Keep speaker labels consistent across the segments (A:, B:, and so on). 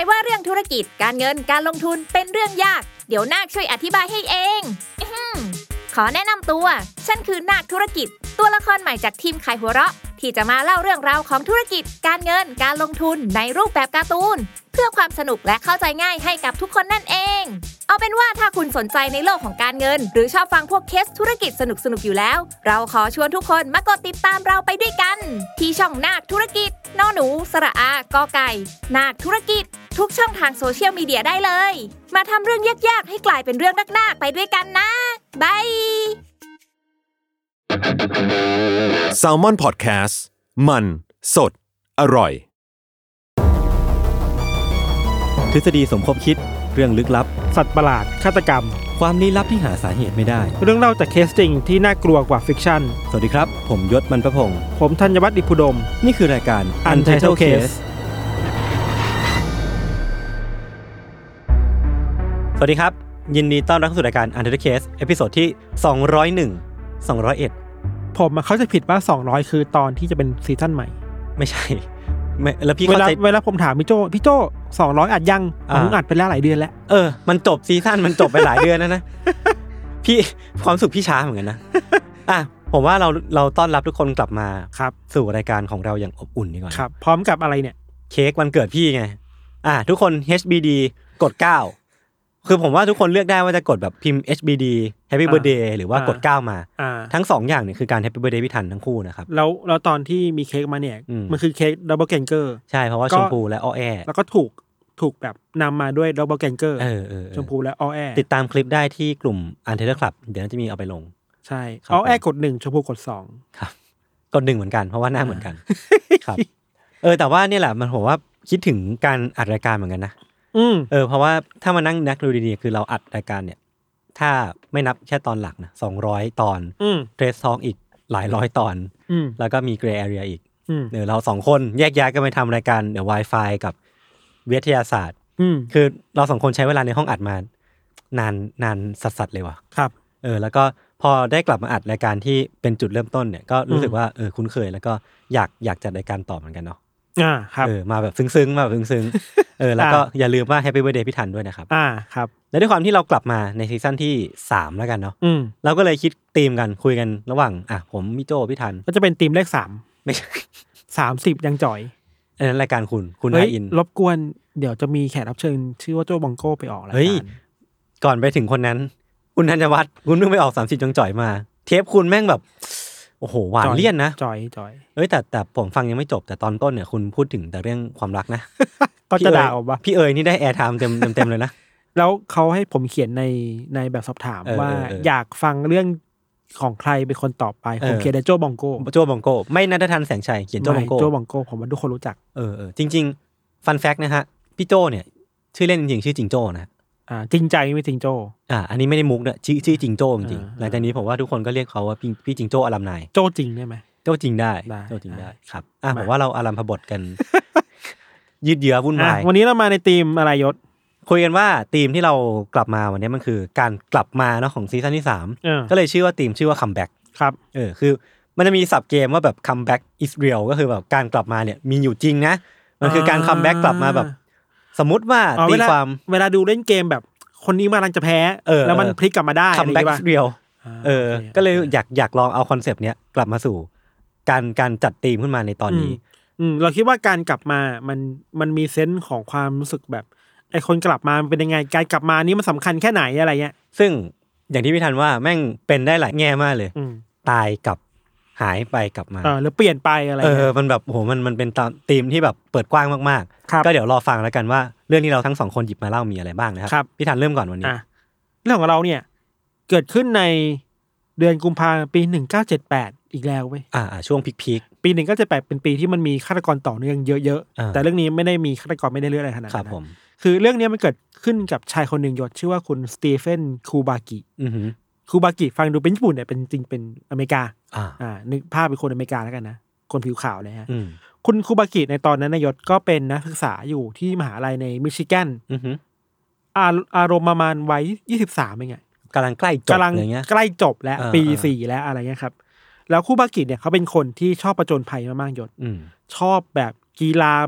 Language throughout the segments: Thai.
A: ว่าเรื่องธุรกิจการเงินการลงทุนเป็นเรื่องยากเดี๋ยวนาคช่วยอธิบายให้เองขอแนะนำตัวฉันคือนาคธุรกิจตัวละครใหม่จากทีมขายหัวเราะที่จะมาเล่าเรื่องราวของธุรกิจการเงินการลงทุนในรูปแบบการ์ตูนเพื่อความสนุกและเข้าใจง่ายให้กับทุกคนนั่นเองเอาเป็นว่าถ้าคุณสนใจในโลกของการเงินหรือชอบฟังพวกเคสธุรกิจสนุกอยู่แล้วเราขอชวนทุกคนมากดติดตามเราไปด้วยกันที่ช่องนาคธุรกิจนอหนูสระอากอไก่นาคธุรกิจทุกช่องทางโซเชียลมีเดียได้เลยมาทำเรื่องยากๆให้กลายเป็นเรื่องน่าๆไปด้วยกันนะบาย
B: Salmon Podcast มันสดอร่อย
C: ทฤษฎีสมคบคิดเรื่องลึกลับ
D: สัตว์ประหลาดฆาตกรรม
C: ความลี้ลับที่หาสาเหตุไม่ได้
D: เรื่องเล่าจากเคสจริงที่น่ากลัวกว่าฟิกชั่น
C: สวัสดีครับผมยศมันประพงษ์
D: ผมธัญวัฒน์อิพุดม
C: นี่คือรายการ Untitled Case สวัสดีครับยินดีต้อนรับเข้าสู่รายการ Untitled Case เอพิโซดที่201 201
D: ผมเข้าใจผิดว่า200คือตอนที่จะเป็นซีซั่นใหม่
C: ไม่ใช่แล้วพี่
D: เข้าใจเวลาผมถามพี่โจ้200อัดยังผมอัดไปแล้วหลายเดือนแล้ว
C: มันจบซีซั่นมันจบไปหลายเดือนแล้วนะพี่ความสุขพี่ช้าเหมือนกันนะผมว่าเราต้อนรับทุกคนกลับมา
D: ครับ
C: สู่รายการของเราอย่างอบอุ่นดีกว่า
D: ครับพร้อมกับอะไรเนี่ย
C: เค้กวันเกิดพี่ไงทุกคน HBD กด9คือผมว่าทุกคนเลือกได้ว่าจะกดแบบพิมพ์ HBD Happy Birthday หรือว่ากด9มาทั้ง2อย่างเนี่ยคือการ Happy Birthday พี่ทันทั้งคู่นะครับ
D: แล้วตอนที่มีเค้กมาเนี่ยมันคือเค้ก Double Ganger
C: ใช่เพราะว่าชมพูและอ้อแอ
D: แล้วก็ถูกแบบนำมาด้วย Double Ganger ชมพูและอ้อแอ
C: ติดตามคลิปได้ที่กลุ่ม Untitled Club เดี๋ยวจะมีเอาไปลง
D: ใช่อ้อแอกด1ชมพูกด2
C: ครับกด1เหมือนกันเพราะว่าหน้าเหมือนกันครับแต่ว่านี่แหละมันผมว่าคิดถึงการอัดรายการเหมือนกันนะเพราะว่าถ้ามานั่งนักดูดีๆคือเราอัดรายการเนี่ยถ้าไม่นับแค่ตอนหลักนะ200ตอนเทรสทอล์กอีกหลายร้อยตอนแล้วก็มีเกรย์แอเรียอีกเรา2คนแยกย้ายกันไปทำรายการเดี๋ยว Wi-Fi กับวิทยาศาสตร์คือเรา2คนใช้เวลาในห้องอัดมานานสัสๆเลยว่ะ
D: ครับ
C: แล้วก็พอได้กลับมาอัดรายการที่เป็นจุดเริ่มต้นเนี่ยก็รู้สึกว่าคุ้นเคยแล้วก็อยากจัดรายการต่อเหมือนกันเนาะ
D: ครับ
C: มาแบบซึ้งๆมาแบบซึ้งๆแล้วก็อย่าลืมว่า Happy Birthday พี่ทันด้วยนะครับ
D: ครับ
C: และด้วยความที่เรากลับมาในซีซั่นที่3แล้วกันเนาะเราก็เลยคิดธีมกันคุยกันระหว่างผมพี่โจพี่ทัน
D: ก็จะเป็นธีมเลข3
C: ไม่ใช่
D: 30ยังจ่อย
C: อันนั้นรายการคุณไฮอิน
D: รบกวนเดี๋ยวจะมีแขกรับเชิญชื่อว่าโจบองโก้ไปออกรายการ
C: ก่อนไปถึงคนนั้นคุณธัญวัฒน์คุณเพิ่งไปออก30ยังจ่อยมาเทปคุณแม่งแบบโอ้โหหวานเลี่ยนนะ
D: จ่อย
C: แต่ผมฟังยังไม่จบแต่ตอนต้นเนี่ยคุณพูดถึงแต่เรื่องความรักนะ
D: ก็จะด่าออกป่ะ
C: พี่เอ๋ยนี่ได้แอร์ไทม์เต็มเลยนะ
D: แล้วเขาให้ผมเขียนในแบบสอบถามว่าอยากฟังเรื่องของใครเป็นคนต่อไปผมเขียนโจบองโก้
C: ไม่นัททันแสงชัยเขียนโจบอง
D: โก้ผมว่าทุกคนรู้จัก
C: จริงๆฟันแฟกต์นะฮะพี่โจเนี่ยชื่อเล่นจริงๆชื่อจิงโจ้นะ
D: จริงใจไม่จิงโจ้
C: อันนี้ไม่ได้มุกด้วยชื่อจิงโจ้จริงๆหลังจากนี้ผมว่าทุกคนก็เรียกเขาว่าพี่จิงโจ้อลัมไน
D: โจ้จริงได้ไหม
C: โจ้จริงได้ครับผมว่าเราอารัมพบทกันยืดเยื้อวุ่นวาย
D: วันนี้เรามาในธีมอะไรยศ
C: คุยกันว่าธีมที่เรากลับมาวันนี้มันคือการกลับมาเนาะของซีซั่นที่3ก็เลยชื่อว่าธีมชื่อว่าคัมแบ็ก
D: ครับ
C: คือมันจะมีศัพท์เกมว่าแบบคัมแบ็กอิสเรียลก็คือแบบการกลับมาเนี่ยมีอยู่จริงนะมันคือการคัมแบ็กกลับมาแบบสมมุติว่าตีความ
D: เวลาดูเล่นเกมแบบคนนี้มาลังจะแพ้แล้วมันพลิกกลับมาได้
C: คัมแบ็กอิสเรียลก็เลยอยากลองเอาคอนเซปต์เนี้ยกลับมาสู่การจัดธีมขึ้นมาในตอนนี้
D: เราคิดว่าการกลับมามันมีเซนส์ของความรู้สึกแบบไอ้คนกลับมาเป็นยังไงการกลับมานี้มันสำคัญแค่ไหนอะไรเงี้ย
C: ซึ่งอย่างที่พี่ทันว่าแม่งเป็นได้หลายแง่มากเลยตายกับหายไปกลับมา
D: หรือเปลี่ยนไปอะไร
C: มันแบบโหมันเป็นธีมที่แบบเปิดกว้างมากๆก็เดี๋ยวรอฟังแล้วกันว่าเรื่องที่เราทั้ง2คนหยิบมาเล่ามีอะไรบ้างนะครับพี่ทันเริ่มก่อนวันนี้
D: เรื่องของเราเนี่ยเกิดขึ้นในเดือนกุมภาพันธ์ปี1978อีกแล้วเว้ย
C: ช่วงพีค
D: ปี1978เป็นปีที่มันมีฆาตกรต่อเนื่องเยอะๆแต่เรื่องนี้ไม่ได้มีฆาตกรไม่ได้เลือดอะไรขนาดนั้นครับผมคือเรื่องนี้มันเกิดขึ้นกับชายคนหนึ่งยศชื่อว่าคุณสตีเฟนคูบากิคูบากิฟังดูเป็นญี่ปุ่นเนี่ยเป็นจริงเป็นอเมริกานึกภาพเป็นคนอเมริกาแล้วกันนะคนผิวขาวเลยฮะคุณคูบากิในตอนนั้นนายศก็เป็นนักศึกษาอยู่ที่มหาลัยในมิชิแกนอารมณ์ประมาณวัย23เองไง
C: กำลังใกล้จบอะไรเงี้ย
D: ใกล้จบแล้วปี4แล้วอะไรเงี้ยครับแล้วคูบากิเนี่ยเขาเป็นคนที่ชอบประจนภัยมากๆยศชอบแบบกีฬาแบบ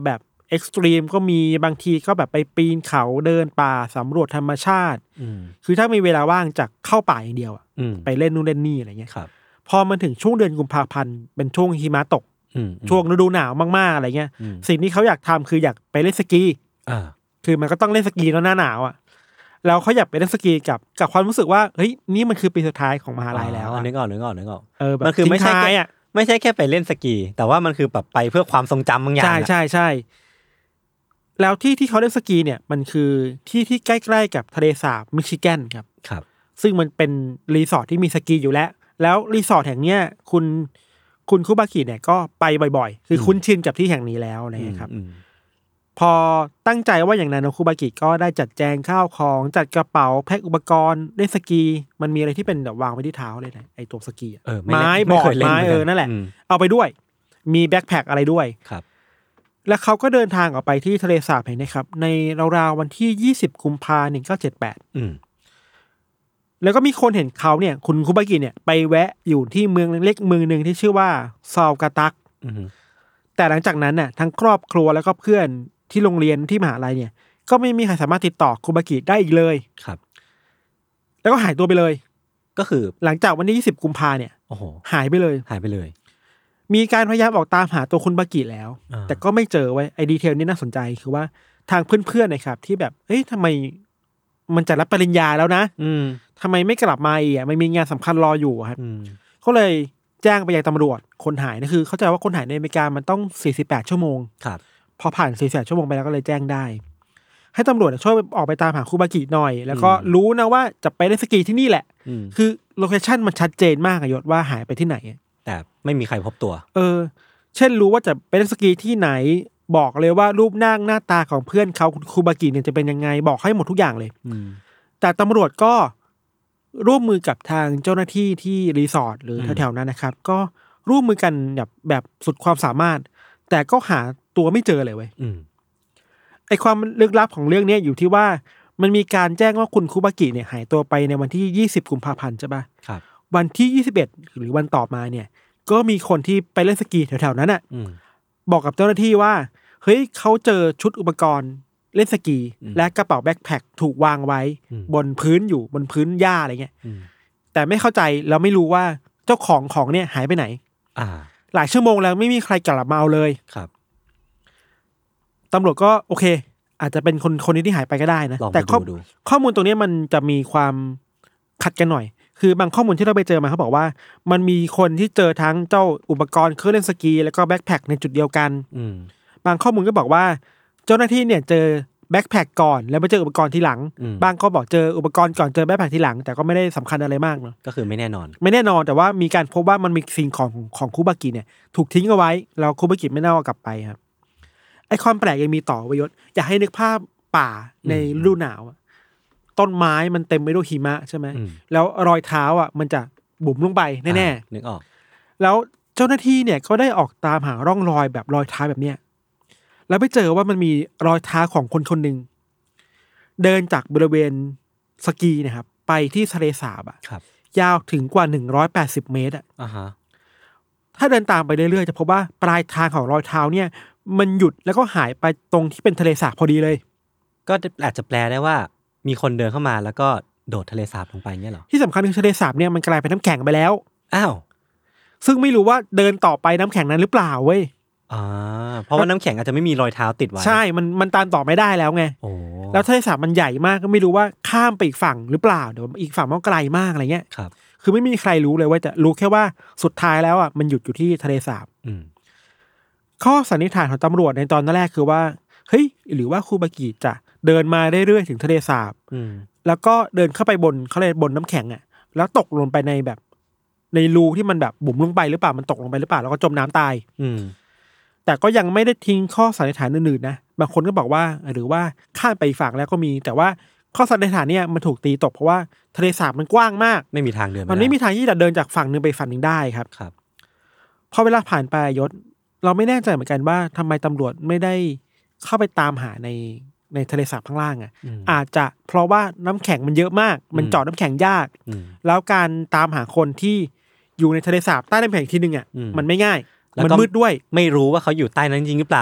D: เอ็กซ์ตรีมก็มีบางทีก็แบบไปปีนเขาเดินป่าสำรวจธรรมชาติคือถ้ามีเวลาว่างจากเข้าป่าอย่างเดียวไปเล่นนู่นเล่นนี่อะไรเงี้ยพอมันถึงช่วงเดือนกุมภาพันธ์เป็นช่วงหิมะตกช่วงฤดูหนาวมากๆอะไรเงี้ยสิ่งที่เขาอยากทำคืออยากไปเล่นสกีคือมันก็ต้องเล่นสกีหน้าหนาวอ่ะแล้วเขาอยากไปเล่นสกีกับความรู้สึกว่าเฮ้ยนี่มันคือปีสุดท้ายของมหาลัยแล้ว
C: นึกออก
D: มันคือไม่ใช่
C: แค่ไปเล่นสกีแต่ว่ามันคือแบบไปเพื่อความทรงจำบางอย่าง
D: ใช่แล้วที่เขาเล่นสกีเนี่ยมันคือที่ใกล้ๆกับทะเลสาบมิชิแกนครับซึ่งมันเป็นรีสอร์ทที่มีสกีอยู่แล้วรีสอร์ทแห่งเนี้ยคุณคุบากิเนี่ยก็ไปบ่อยๆคือคุ้นชินกับที่แห่งนี้แล้วนะครับพอตั้งใจว่าอย่างนั้นคุบากิก็ได้จัดแจงข้าวของจัดกระเป๋าแพ็คอุปกรณ์เล่นสกีมันมีอะไรที่เป็นแบบวางไว้ที่เท้าเลยนะไอ้ตัวสกีไม้บอร์ดไม้นั่นแหละเอาไปด้วยมีแบ็คแพ็คอะไรด้วย
C: ครับ
D: แล้วเขาก็เดินทางออกไปที่ทะเลสาบแห่งนี้ครับในราวๆวันที่20กุมภาพันธ์1978แล้วก็มีคนเห็นเขาเนี่ยคุณคุบากิเนี่ยไปแวะอยู่ที่เมืองเล็กเมืองนึงที่ชื่อว่าซาวกาตักแต่หลังจากนั้นน่ะทั้งครอบครัวแล้วก็เพื่อนที่โรงเรียนที่มหาลัยเนี่ยก็ไม่มีใครสามารถติดต่อคุบากิได้อีกเลย
C: ครับ
D: แล้วก็หายตัวไปเลย
C: ก็คือ
D: หลังจากวันที่20กุมภาเนี่ยหายไปเลยมีการพยายามออกตามหาตัวคุณบากิแล้วแต่ก็ไม่เจอไว้ไอ้ดีเทลนี้น่าสนใจคือว่าทางเพื่อนๆนะครับที่แบบเอ้ยทำไมมันจะรับปริญญาแล้วนะทำไมไม่กลับมาอีกไม่มีงานสำคัญรออยู่ครับก็เลยแจ้งไปยังตำรวจคนหายนะคือเข้าใจว่าคนหายในอเมริกามันต้อง48ชั่วโมง
C: ครับ
D: พอผ่าน48ชั่วโมงไปแล้วก็เลยแจ้งได้ให้ตำรวจช่วยออกไปตามหาคุบากิหน่อยแล้วก็รู้นะว่าจะไปเล่นสกีที่นี่แหละคือโลเคชั่นมันชัดเจนมากยศว่าหายไปที่ไหน
C: แต่ไม่มีใครพบตัว
D: เช่นรู้ว่าจะไปเล่นสกีที่ไหนบอกเลยว่ารูปหน้าตาของเพื่อนเขาคุบากิเนี่ยจะเป็นยังไงบอกให้หมดทุกอย่างเลยแต่ตำรวจก็ร่วมมือกับทางเจ้าหน้าที่ที่รีสอร์ทหรือแถวๆนั้นนะครับก็ร่วมมือกันแบบสุดความสามารถแต่ก็หาตัวไม่เจอเลยเว้ยไอความลึกลับของเรื่องนี้อยู่ที่ว่ามันมีการแจ้งว่าคุณคุบากิเนี่ยหายตัวไปในวันที่20กุมภาพันธ์ใช่ป่ะ
C: ครับ
D: วันที่21หรือวันต่อมาเนี่ยก็มีคนที่ไปเล่นสกีแถวๆนั้นอ่ะบอกกับเจ้าหน้าที่ว่าเฮ้ยเขาเจอชุดอุปกรณ์เล่นสกีและกระเป๋าแบ็คแพ็คถูกวางไว้บนพื้นหญ้าอะไรเงี้ยแต่ไม่เข้าใจเราไม่รู้ว่าเจ้าของเนี่ยหายไปไหนหลายชั่วโมงแล้วไม่มีใครกลับมาเอาเลย
C: ครับ
D: ตำรวจก็โอเคอาจจะเป็นคนนี้ที่หายไปก็ได้นะแต่ข้อมูลตรงนี้มันจะมีความขัดกันหน่อยคือบางข้อมูลที่เราไปเจอมาเขาบอกว่ามันมีคนที่เจอทั้งเจ้าอุปกรณ์เครื่องเล่นสกีแล้วก็แบ็คแพ็คในจุดเดียวกันบางข้อมูลก็บอกว่าเจ้าหน้าที่เนี่ยเจอแบ็คแพ็คก่อนแล้วไปเจออุปกรณ์ทีหลังบางก็บอกเจออุปกรณ์ก่อนเจอแบ็คแพ็คทีหลังแต่ก็ไม่ได้สำคัญอะไรมากเนาะ
C: ก็คือไม่แน่น
D: อนแต่ว่ามีการพบว่ามันมีสิ่งของคุบากิเนี่ยถูกทิ้งเอาไว้แล้วคุบากิไม่น่าเอากลับไปครับไอความแปลกยังมีต่อวยศอยากให้นึกภาพป่าในฤดูหนาวต้นไม้มันเต็มไปด้วยหิมะใช่ไหมแล้วรอยเท้ามันจะบุ๋มลงไปแน่
C: ๆนึกออก
D: แล้วเจ้าหน้าที่เนี่ยก็ได้ออกตามหาร่องรอยแบบรอยเท้าแบบเนี้ยแล้วไปเจอว่ามันมีรอยเท้าของคนหนึ่งเดินจากบริเวณสกีนะครับไปที่ทะเลสาบยาวถึงกว่า180เมตรถ้าเดินตามไปเรื่อยๆจะพบว่าปลายทางของรอยเท้าเนี่ยมันหยุดแล้วก็หายไปตรงที่เป็นทะเลสาบพอดีเลย
C: ก็อาจจะแปลได้ว่ามีคนเดินเข้ามาแล้วก็โดดทะเลสาบลงไปเงี้ยหรอ
D: ที่สำคัญคือทะเลสาบเนี่ยมันกลายเป็นน้ำแข็งไปแล้ว
C: อ้าว
D: ซึ่งไม่รู้ว่าเดินต่อไปน้ำแข็งนั้นหรือเปล่าเว้ย
C: เพราะว่าน้ำแข็งอาจจะไม่มีรอยเท้าติดไว้
D: ใช่มันตามต่อไม่ได้แล้วไงแล้วทะเลสาบมันใหญ่มากก็ไม่รู้ว่าข้ามไปอีกฝั่งหรือเปล่าเดี๋ยวอีกฝั่งมันไกลมากอะไรเงี้ย
C: ครับ
D: คือไม่มีใครรู้เลยว่าจะรู้แค่ว่าสุดท้ายแล้วมันหยุดอยู่ที่ทะเลสาบข้อสันนิษฐานของตำรวจในตอนแรกคือว่าเฮ้ยหรือว่าคุบากิจะเดินมาเรื่อยๆถึงทะเลสาบแล้วก็เดินเข้าไปบนน้ำแข็งแล้วตกลงไปในแบบในรูที่มันแบบบุ๋มลงไปหรือเปล่ามันตกลงไปหรือเปล่าแล้วก็จมน้ำตายแต่ก็ยังไม่ได้ทิ้งข้อสันนิษฐานอื่นๆนะบางคนก็บอกว่าหรือว่าข้ามไปฝั่งแล้วก็มีแต่ว่าข้อสันนิษฐานเนี่ยมันถูกตีตกเพราะว่าทะเลสาบมันกว้างมาก
C: ไม่มีทางเดิน
D: มันไม่มีทางที่จะเดินจากฝั่งนึงไปฝั่งนึงได้ครับพอเวลาผ่านไปยศเราไม่แน่ใจเหมือนกันว่าทำไมตำรวจไม่ได้เข้าไปตามหาในทะเลสาบข้างล่างอาจจะเพราะว่าน้ำแข็งมันเยอะมากมันเจาะน้ำแข็งยากแล้วการตามหาคนที่อยู่ในทะเลสาบใต้น้ำแข็งทีนึงมันไม่ง่ายมันมืดด้วย
C: ไม่รู้ว่าเขาอยู่ใต้นั้นจริงหรือเปล่า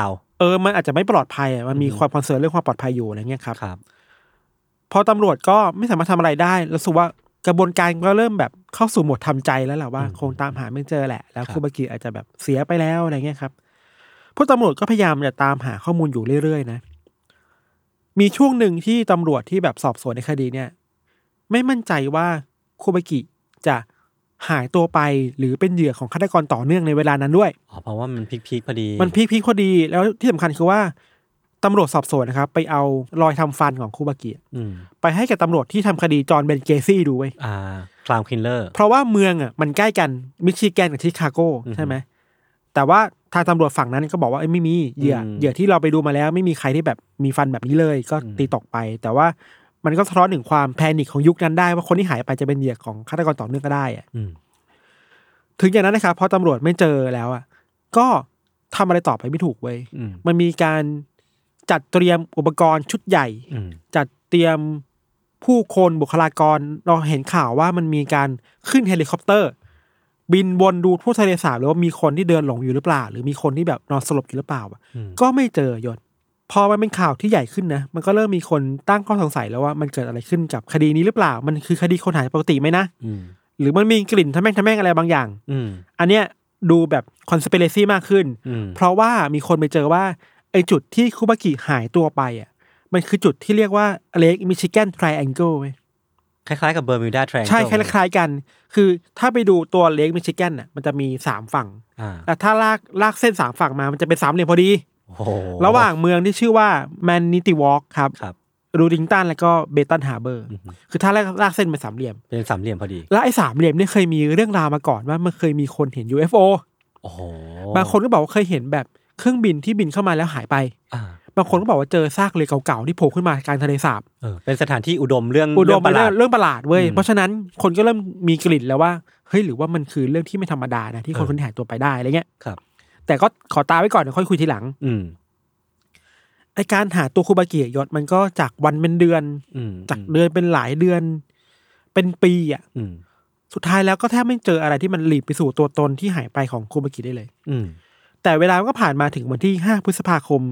D: มันอาจจะไม่ปลอดภัยอ่ะมันมีความคอนเซิร์นเรื่องความปลอดภัยอยู่อะไรเงี้ยครับ
C: ครับ
D: พอตำรวจก็ไม่สามารถทำอะไรได้รู้สึกว่ากระบวนการก็เริ่มแบบเข้าสู่โหมดทำใจแล้วแหละว่าคงตามหาไม่เจอแหละแล้วคูบากิอาจจะแบบเสียไปแล้วอะไรเงี้ยครับพวกตำรวจก็พยายามจะตามหาข้อมูลอยู่เรื่อยๆนะมีช่วงหนึ่งที่ตำรวจที่แบบสอบสวนในคดีเนี่ยไม่มั่นใจว่าคูบากิจะหายตัวไปหรือเป็นเหยื่อของฆาตกรต่อเนื่องในเวลานั้นด้วย
C: เพราะว่ามันพีคพอดี
D: มันพีคพอดีแล้วที่สำคัญคือว่าตำรวจสอบสวนนะครับไปเอารอยทำฟันของคูบากิไปให้กับตำรวจที่ทำคดีจอห์นเบนเกซี่ดูไว้
C: คลาวคิลเลอร์
D: เพราะว่าเมืองมันใกล้กันมิชิแกนกับชิคาโกใช่ไหมแต่ว่าทางตำรวจฝั่งนั้นก็บอกว่าไม่มีเหยื่อที่เราไปดูมาแล้วไม่มีใครที่แบบมีฟันแบบนี้เลยก็ตีตกไปแต่ว่ามันก็สะท้อนถึงความแพนิคของยุคนั้นได้ว่าคนที่หายไปจะเป็นเหยื่อของฆาตกรต่อเนื่องก็ได้ถึงอย่างนั้นนะครับพอตำรวจไม่เจอแล้วก็ทำอะไรต่อไปไม่ถูกเว้ยมันมีการจัดเตรียมอุปกรณ์ชุดใหญ่จัดเตรียมผู้คนบุคลากรเราเห็นข่าวว่ามันมีการขึ้นเฮลิคอปเตอร์บินวนดูทั่วทะเลสาบหรือว่ามีคนที่เดินหลงอยู่หรือเปล่าหรือมีคนที่แบบนอนสลบอยู่หรือเปล่าก็ไม่เจอยศพอมันเป็นข่าวที่ใหญ่ขึ้นนะมันก็เริ่มมีคนตั้งข้อสงสัยแล้วว่ามันเกิดอะไรขึ้นกับคดีนี้หรือเปล่ามันคือคดีคนหายปกติไหมนะหรือมันมีกลิ่นทะแม่งอะไรบางอย่างอันเนี้ยดูแบบคอนสปิเรซี่มากขึ้นเพราะว่ามีคนไปเจอว่าไอจุดที่คูบากิหายตัวไปมันคือจุดที่เรียกว่าเลคมิชิแกนไทรแองเกิลเว้ย
C: คล้ายๆกับเบอร์มิวดาไทรแองเกิล
D: ใช่คล้ายๆกันคือถ้าไปดูตัวเลคมิชิแกนมันจะมี3ฝั่งแต่ถ้าลากเส้น3ฝั่งมามันจะเป็น3เหลี่ยมพอดีระหว่างเมืองที่ชื่อว่าแมนนิติวอล์กครับรูดิงตันแล้วก็เบตันฮาร์เบอร์คือถ้าลากเส้นเป็น3เหลี่ยม
C: เป็น3เหลี่ยมพอดี
D: แล้วไอ้3เหลี่ยมนี่เคยมีเรื่องราวมาก่อนว่ามันเคยมีคนเห็น UFO บางคนก็บอกว่าเคยเห็นแบบเครื่องบินที่บินเข้ามาแล้วหายไปบางคนก็บอกว่าเจอซากเรือเก่าๆที่โผล่ขึ้นมากลางทะเลสาบ
C: เป็นสถานที่อุดมเรื่อง
D: ประหลาดเว้ยเพราะฉะนั้นคนก็เริ่มมีกลิ่นแล้วว่าเฮ้ยหรือว่ามันคือเรื่องที่ไม่ธรรมดานะที่คนหายตัวไปได้อะไรเงี้ย
C: ครับ
D: แต่ก็ขอตาไว้ก่อนเดี๋ยวค่อยคุยทีหลังไอการหาตัวคูบากิยศมันก็จากวันเป็นเดือนจากเดือนเป็นหลายเดือนเป็นปีสุดท้ายแล้วก็แทบไม่เจออะไรที่มันหลีบไปสู่ตัวตนที่หายไปของคูบากิได้เลยแต่เวลาก็ผ่านมาถึงวันที่5พฤษภาคม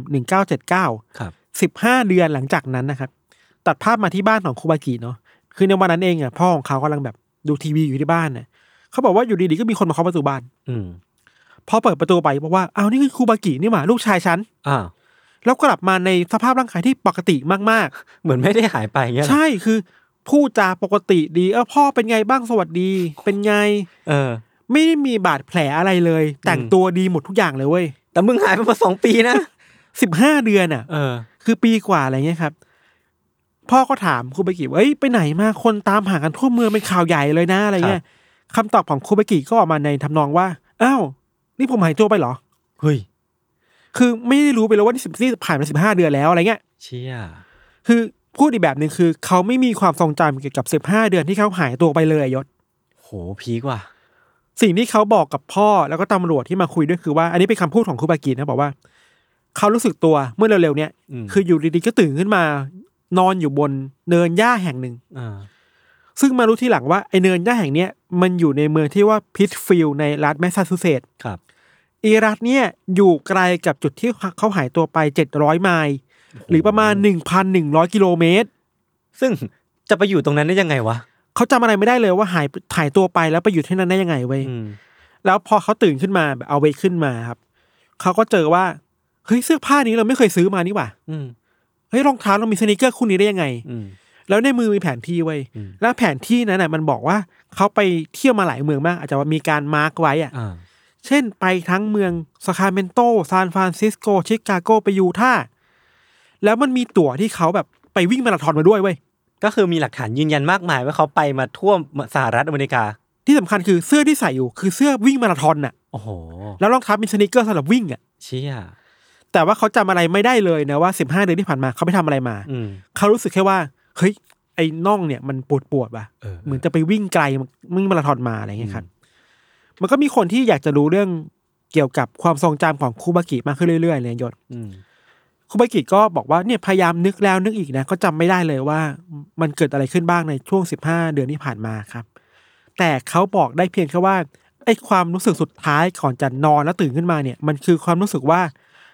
D: 1979ครับ15เดือนหลังจากนั้นนะครับตัดภาพมาที่บ้านของคูบากิเนาะคือในวันนั้นเองพ่อของเขากำลังแบบดูทีวีอยู่ที่บ้านน่ะเขาบอกว่าอยู่ดีๆก็มีคนมาเคาะประตูบ้านพอเปิดประตูไปบอกว่าอ้าวนี่คือคูบากินี่หว่าลูกชายฉันแล้วกลับมาในสภาพร่างกายที่ปกติมาก
C: ๆเหมือนไม่ได้หายไปเงี้ย
D: ใช่คือพูดจาปกติดีพ่อเป็นไงบ้างสวัสดีเป็นไงไม่ได้มีบาดแผลอะไรเลยแต่งตัวดีหมดทุกอย่างเลยเว้ย
C: แต่มึงหายไปมา2 ปีนะ
D: 15เดือนคือปีกว่าอะไรเงี้ยครับพ่อก็ถามคูบากิว่าไปไหนมาคนตามหากันทั่วเมืองเป็นข่าวใหญ่เลยนะอะไรเงี้ยคำตอบของคูบากิก็ออกมาในทำนองว่าอ้าวนี่ผมหายตัวไปเหรอ
C: เฮ้ย
D: คือไม่ได้รู้ไปเลยว่านี่ผ่านมา15เดือนแล้วอะไรเงี้ย
C: เชี่ย
D: คือพูดอีกแบบนึงคือเขาไม่มีความทรงจำเกี่ยวกับ15เดือนที่เขาหายตัวไปเลยยศ
C: โหพีกว่า
D: สิ่งที่เขาบอกกับพ่อแล้วก็ตำรวจที่มาคุยด้วยคือว่าอันนี้เป็นคำพูดของคูบากินะบอกว่าเขารู้สึกตัวเมื่อเร็วๆเนี้ยคืออยู่ดีๆก็ตื่นขึ้นมานอนอยู่บนเนินหญ้าแห่งหนึ่งซึ่งมารู้ทีหลังว่าไอเนินหญ้าแห่งเนี้ยมันอยู่ในเมืองที่ว่าพิตฟิลด์ในรัฐแมสซาชูเซตส์
C: ครับ
D: รัฐเนี่ยอยู่ไกลกับจุดที่เขาหายตัวไป700ไมล์หรือประมาณ 1,100 กิโลเมตร
C: ซึ่งจะไปอยู่ตรงนั้นได้ยังไงวะ
D: เขาจำอะไรไม่ได้เลยว่าหายตัวไปแล้วไปอยู่ที่นั่นได้ยังไงเว้ยแล้วพอเขาตื่นขึ้นมาแบบเอาเวกขึ้นมาครับเขาก็เจอว่าเฮ้ยเสื้อผ้านี้เราไม่เคยซื้อมานี่หว่าเฮ้ยรองเท้าเรามีสนีกเกอร์คู่นี้ได้ยังไงแล้วในมือมีแผนที่ไว้แล้วแผนที่นั้นน่ะมันบอกว่าเขาไปเที่ยวมาหลายเมืองมากอาจจะว่ามีการมาร์กไว้เช่นไปทั้งเมืองซาคราเมนโตซานฟรานซิสโกชิคาโกไปยูทาห์แล้วมันมีตั๋วที่เขาแบบไปวิ่งมาราธอนมาด้วยเว้ย
C: ก็คือมีหลักฐานยืนยันมากมายว่าเขาไปมาทั่วสหรัฐอเมริกา
D: ที่สำคัญคือเสื้อที่ใส่อยู่คือเสื้อวิ่งมาราธอนน่ะ
C: โอ้โห
D: แล้วรองเท้าเป็นสนีกเกอร์สำหรับวิ่ง
C: เชี่ย
D: แต่ว่าเขาจำอะไรไม่ได้เลยนะว่า15เดือนที่ผ่านมาเขาไปทำอะไรมาเขารู้สึกแค่ว่าเฮ้ยไอ้น่องเนี่ยมันปวดว่ะเหมือนจะไปวิ่งไกลวิ่งมาราธอนมาอะไรเงี้ยครับมันก็มีคนที่อยากจะรู้เรื่องเกี่ยวกับความทรงจำของคูบากิมากขึ้นเรื่อยๆเลยยศคูบากิก็บอกว่าเนี่ยพยายามนึกแล้วนึกอีกนะก็จำไม่ได้เลยว่ามันเกิดอะไรขึ้นบ้างในช่วง15เดือนที่ผ่านมาครับแต่เขาบอกได้เพียงแค่ว่าไอ้ความรู้สึกสุดท้ายก่อนจะนอนแล้วตื่นขึ้นมาเนี่ยมันคือความรู้สึกว่า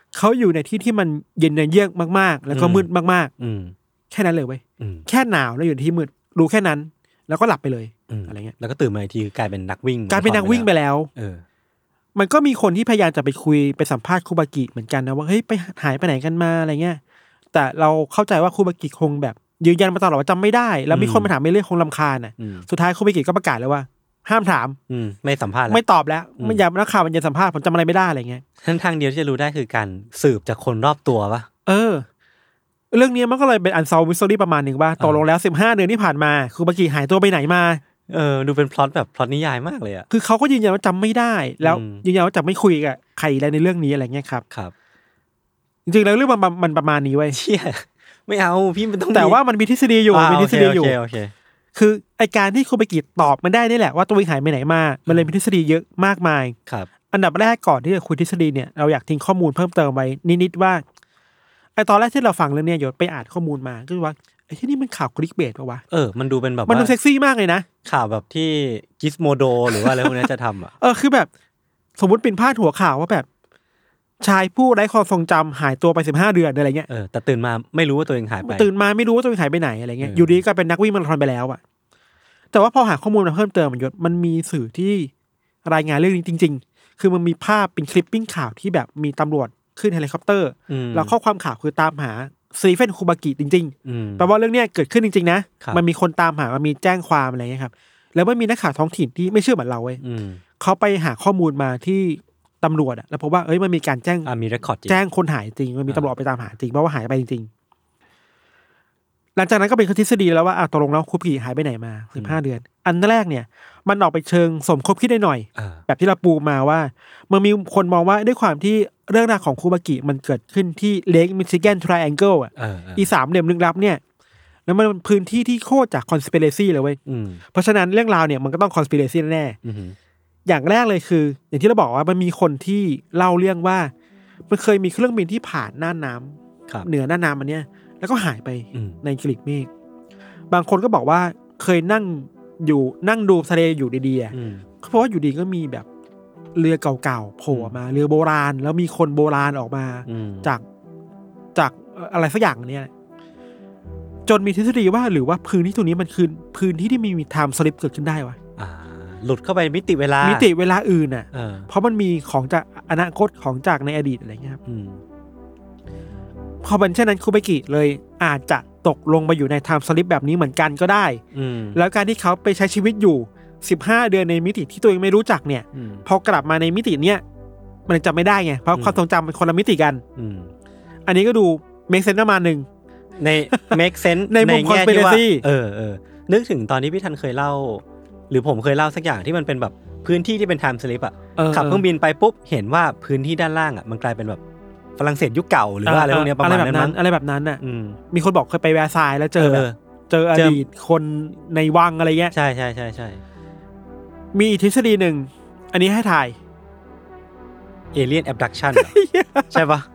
D: เขาอยู่ในที่ที่มันเย็นเยือกมากๆแล้วก็มืดมากๆแค่นั้นเลยเว้ยแค่หนาวแล้วอยู่ที่มืดรู้แค่นั้นแล้วก็หลับไปเลยอะไรเงี้ย
C: แล้วก็ตื่นมาอีกทีกลายเป็นนักวิ่ง
D: ไปแล้วมันก็มีคนที่พยายามจะไปคุยไปสัมภาษณ์คูบากิเหมือนกันนะว่าเฮ้ยไปหายไปไหนกันมาอะไรเงี้ยแต่เราเข้าใจว่าคูบากิคงแบบยืนยันมาตลอดว่าจำไม่ได้แล้วมีคนมาถามไม่เรื่องคงรำคาญน่ะสุดท้ายคูบากิก็ประกาศเลยว่าห้ามถาม
C: ไม่สัมภาษณ์
D: ไม่ตอบแล้วไม่อยากนักข่าวมันจะสัมภาษณ์ผมจำอะไรไม่ได้อะไรเงี้ย
C: ทางเดียวที่จะรู้ได้คือการสืบจากคนรอบตัวปะ
D: เรื่องนี้มันก็เลยเป็นอันซอลว์มิสซิลี่ประมาณนึงว่าตกลงแล้ว15เดือนที่ผ่านมาคูบากิหายตัวไปไหนมา
C: ดูเป็นพล็อตแบบพล็อตนิยายมากเลยอ่ะ
D: คือเขาก็ยืนยันว่าจำไม่ได้แล้วยืนยันว่าจะไม่คุยกับใครแล้วในเรื่องนี้อะไรเงี้ยครับ
C: ครับ
D: จริงๆแล้วเรื่องมันประมาณนี้ไว้
C: เชี่ยไม่เอาพี่มันต้อง
D: แต่ว่ามันมีทฤษฎีอยู่มีทฤษฎีอยู่คือไอการที่คูบากิตอบมันได้นี่แหละว่าตัวเองหายไปไหนมามันเลยมีทฤษฎีเยอะมากมาย
C: ครับ
D: อันดับแรกก่อนที่จะคุยทฤษฎีเนี่ยเราอยากทิ้งข้อมูลเพิ่มเติมไว้นิดๆว่าไอตอนแรกที่เราฟังเรื่องนี้ยศไปอ่านข้อมูลมาก็คือว่าไอ้ที่นี่มันข่าวคลิกเบสป่ะวะ
C: มันดูเป็นแบบ
D: มันดูเซ็กซี่มากเลยนะ
C: ข่าวแบบที่กิสโมโดหรือว่าอะไรพวกนี้จะทำอ่ะ
D: คือแบบสมมุติเป็นพาดหัวข่าวว่าแบบชายผู้ไร้ความทรงจำหายตัวไป15เดือนอะไรเงี้ย
C: แต่ตื่นมาไม่รู้ว่าตัวเองหายไป
D: ตื่นมาไม่รู้ว่าตัวเองหายไปไหนอะไรเงี้ยอยู่ดีก็เป็นนักวิ่งมาราธอนไปแล้วอ่ะแต่ว่าพอหาข้อมูลมาเพิ่มเติมมันมีสื่อที่รายงานเรื่องนี้จริงๆคือมันมีภาพเป็นคลิปปิ้งข่าวที่แบบมีตำรวจขึ้นเฮลิคอปเตอร์แล้วข้อความข่าวคือตามหาสตีเฟนคูบากิจริงๆแปลว่าเรื่องนี้เกิดขึ้นจริงๆนะมันมีคนตามหามันมีแจ้งความอะไรเงี้ยครับแล้วมันมีนักข่าวท้องถิ่นที่ไม่เชื่อเหมือนเราเว้ยเขาไปหาข้อมูลมาที่ตำรวจแล้วพบว่ามันมีการแจ้ง
C: มีเรคคอร์ด
D: แจ้งคนหายจริงมันมีตำรวจไปตามหาจริงเพราะว่าหายไปจริงๆหลังจากนั้นก็เป็นทฤษฎีแล้วว่าตกลงแล้วคูบากิหายไปไหนมา15เดือนอันแรกเนี่ยมันออกไปเชิงสมคบคิดได้หน่อยแบบที่เราปูมาว่ามันมีคนมองว่าด้วยความที่เรื่องราวของคูบากิมันเกิดขึ้นที่เลคมิชิแกนไทรแองเกิลอีสามเหลี่ยมลึกลับเนี่ยแล้วมันเป็นพื้นที่ที่โคตรจากคอนสปิเรซี่เลยเว้ยเพราะฉะนั้นเรื่องราวเนี่ยมันก็ต้องคอนสปิเรซี่แน่อย่างแรกเลยคืออย่างที่เราบอกว่ามันมีคนที่เล่าเรื่องว่ามันเคยมีเครื่องบินที่ผ่านน่านน้ำเหนือน่านน้ำอันเนี้ยแล้วก็หายไปในกลีบเมฆบางคนก็บอกว่าเคยนั่งดูทะเลอยู่ดีๆเพราะว่าอยู่ดีก็มีแบบเรือเก่าๆโผล่มาเรือโบราณแล้วมีคนโบราณออกมาจากอะไรสักอย่างเนี้ยจนมีทฤษฎีว่าหรือว่าพื้นที่ตรงนี้มันคือพื้นที่ที่มีไทม์สลิปเกิดขึ้นได้วะ
C: หลุดเข้าไปมิติเวลา
D: อื่นน่ะเพราะมันมีของจากอนาคตของจากในอดีตอะไรเงี้ยครับพอเป็นเช่นนั้นคูบากิเลยอาจจะตกลงมาอยู่ในไทม์สลิปแบบนี้เหมือนกันก็ได้แล้วการที่เขาไปใช้ชีวิตอยู่15เดือนในมิติที่ตัวเองไม่รู้จักเนี่ยพอกลับมาในมิติเนี้ยมันจำไม่ได้ไงเพราะความทรงจำเป็นคนละมิติกันอันนี้ก็ดูเมคเซนส์ประมาณนึง
C: ในเมคเซนส์
D: ในมุมคอนสปิเรซี่
C: นึกถึงตอนที่พี่ทันเคยเล่าหรือผมเคยเล่าสักอย่างที่มันเป็นแบบพื้นที่ที่เป็นไทม์สลิปขับเครื่องบินไปปุ๊บเห็นว่าพื้นที่ด้านล่างมันกลายเป็นแบบฝรั่งเศสยุคเก่าหรือว่าอะไรพวกนี้ประมาณนั้น
D: อะไรแบบนั้นน่ะมีคนบอกเคยไปแวร์ซายแล้วเจออดีตคนในวังอะไรเงี้ย
C: ใช่
D: มีอีกทฤษฎีหนึ่งอันนี้ให้ถ่าย
C: เอเลี่ยนแอบดักชั่นใช่ปะ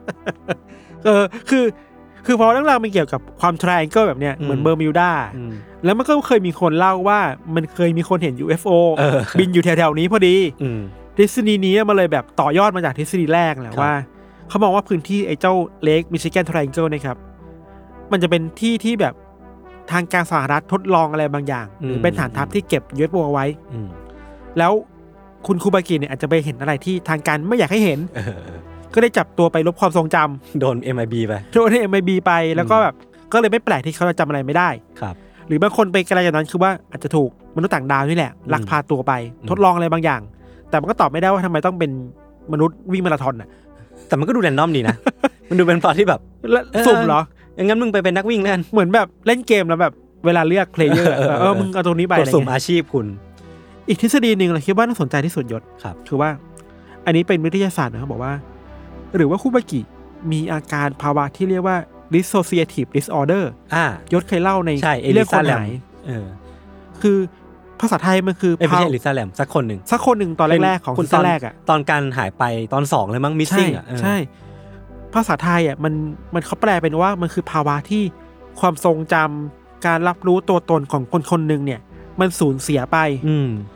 D: คือพอเรื่องราวมันเกี่ยวกับความไทรแองเกิลแบบเนี้ยเหมือนเบอร์มิวดาแล้วมันก็เคยมีคนเล่าว่ามันเคยมีคนเห็น UFO บินอยู่แถวๆนี้พอดีทฤษฎีนี้มันเลยแบบต่อยอดมาจากทฤษฎีแรกแหละว่าเขามองว่าพื้นที่ไอ้เจ้าเลคมิชิแกนไทรแองเกิลนะครับมันจะเป็นที่ที่แบบทางการสหรัฐทดลองอะไรบางอย่างหรือเป็นฐานทัพที่เก็บ UFO เอาไว้แล้วคุณคูบากิเนี่ยอาจจะไปเห็นอะไรที่ทางการไม่อยากให้เห็นก็ได้จับตัวไปลบความทรงจำ
C: โดน MIB ไป
D: แล้วก็แบบก็เลยไม่แปลกที่เขาจะจำอะไรไม่ได้
C: ครับ
D: หรือบางคนไปไกลจากนั้นคือว่าอาจจะถูกมนุษย์ต่างดาวนี่แหละลักพาตัวไปทดลองอะไรบางอย่างแต่มันก็ตอบไม่ได้ว่าทำไมต้องเป็นมนุษย์วิ่งมาราธอนน่ะ
C: แต่มันก็ดูแรนดอมดีนะ มันดูเป็นพล็อตที่แบบ
D: สุ่มเหรอ
C: อย่างงั้นมึงไปเป็นนักวิ่งนั่น
D: เหมือนแบบเล่นเกมแล้วแบบเวลาเลือกเพลเยอร์มึงเอาตรงนี้ไป
C: อะไรเงี้ยสุ่มอาชีพคุณ
D: อีกทฤษฎีนึงเราคิดว่าน่าสนใจที่สุดยศคือว่าอันนี้เป็นวิทยาศาสตร์นะครับบอกว่าหรือว่าคูบากิมีอาการภาวะที่เรียกว่า dissociative disorder ยศเคยเล่าในเรื่องคนหายคือภาษาไทยมันคือ
C: ไม่ใช่ลิซ่าแลมสักคนหนึ่ง
D: ตอนแรกๆของ
C: ตอนแรกตอนการหายไปตอน2เลยมั้ง missing
D: ใช่ภาษาไทยมันเขาแปลเป็นว่ามันคือภาวะที่ความทรงจำการรับรู้ตัวตนของคนคนหนึ่งเนี่ยมันสูญเสียไป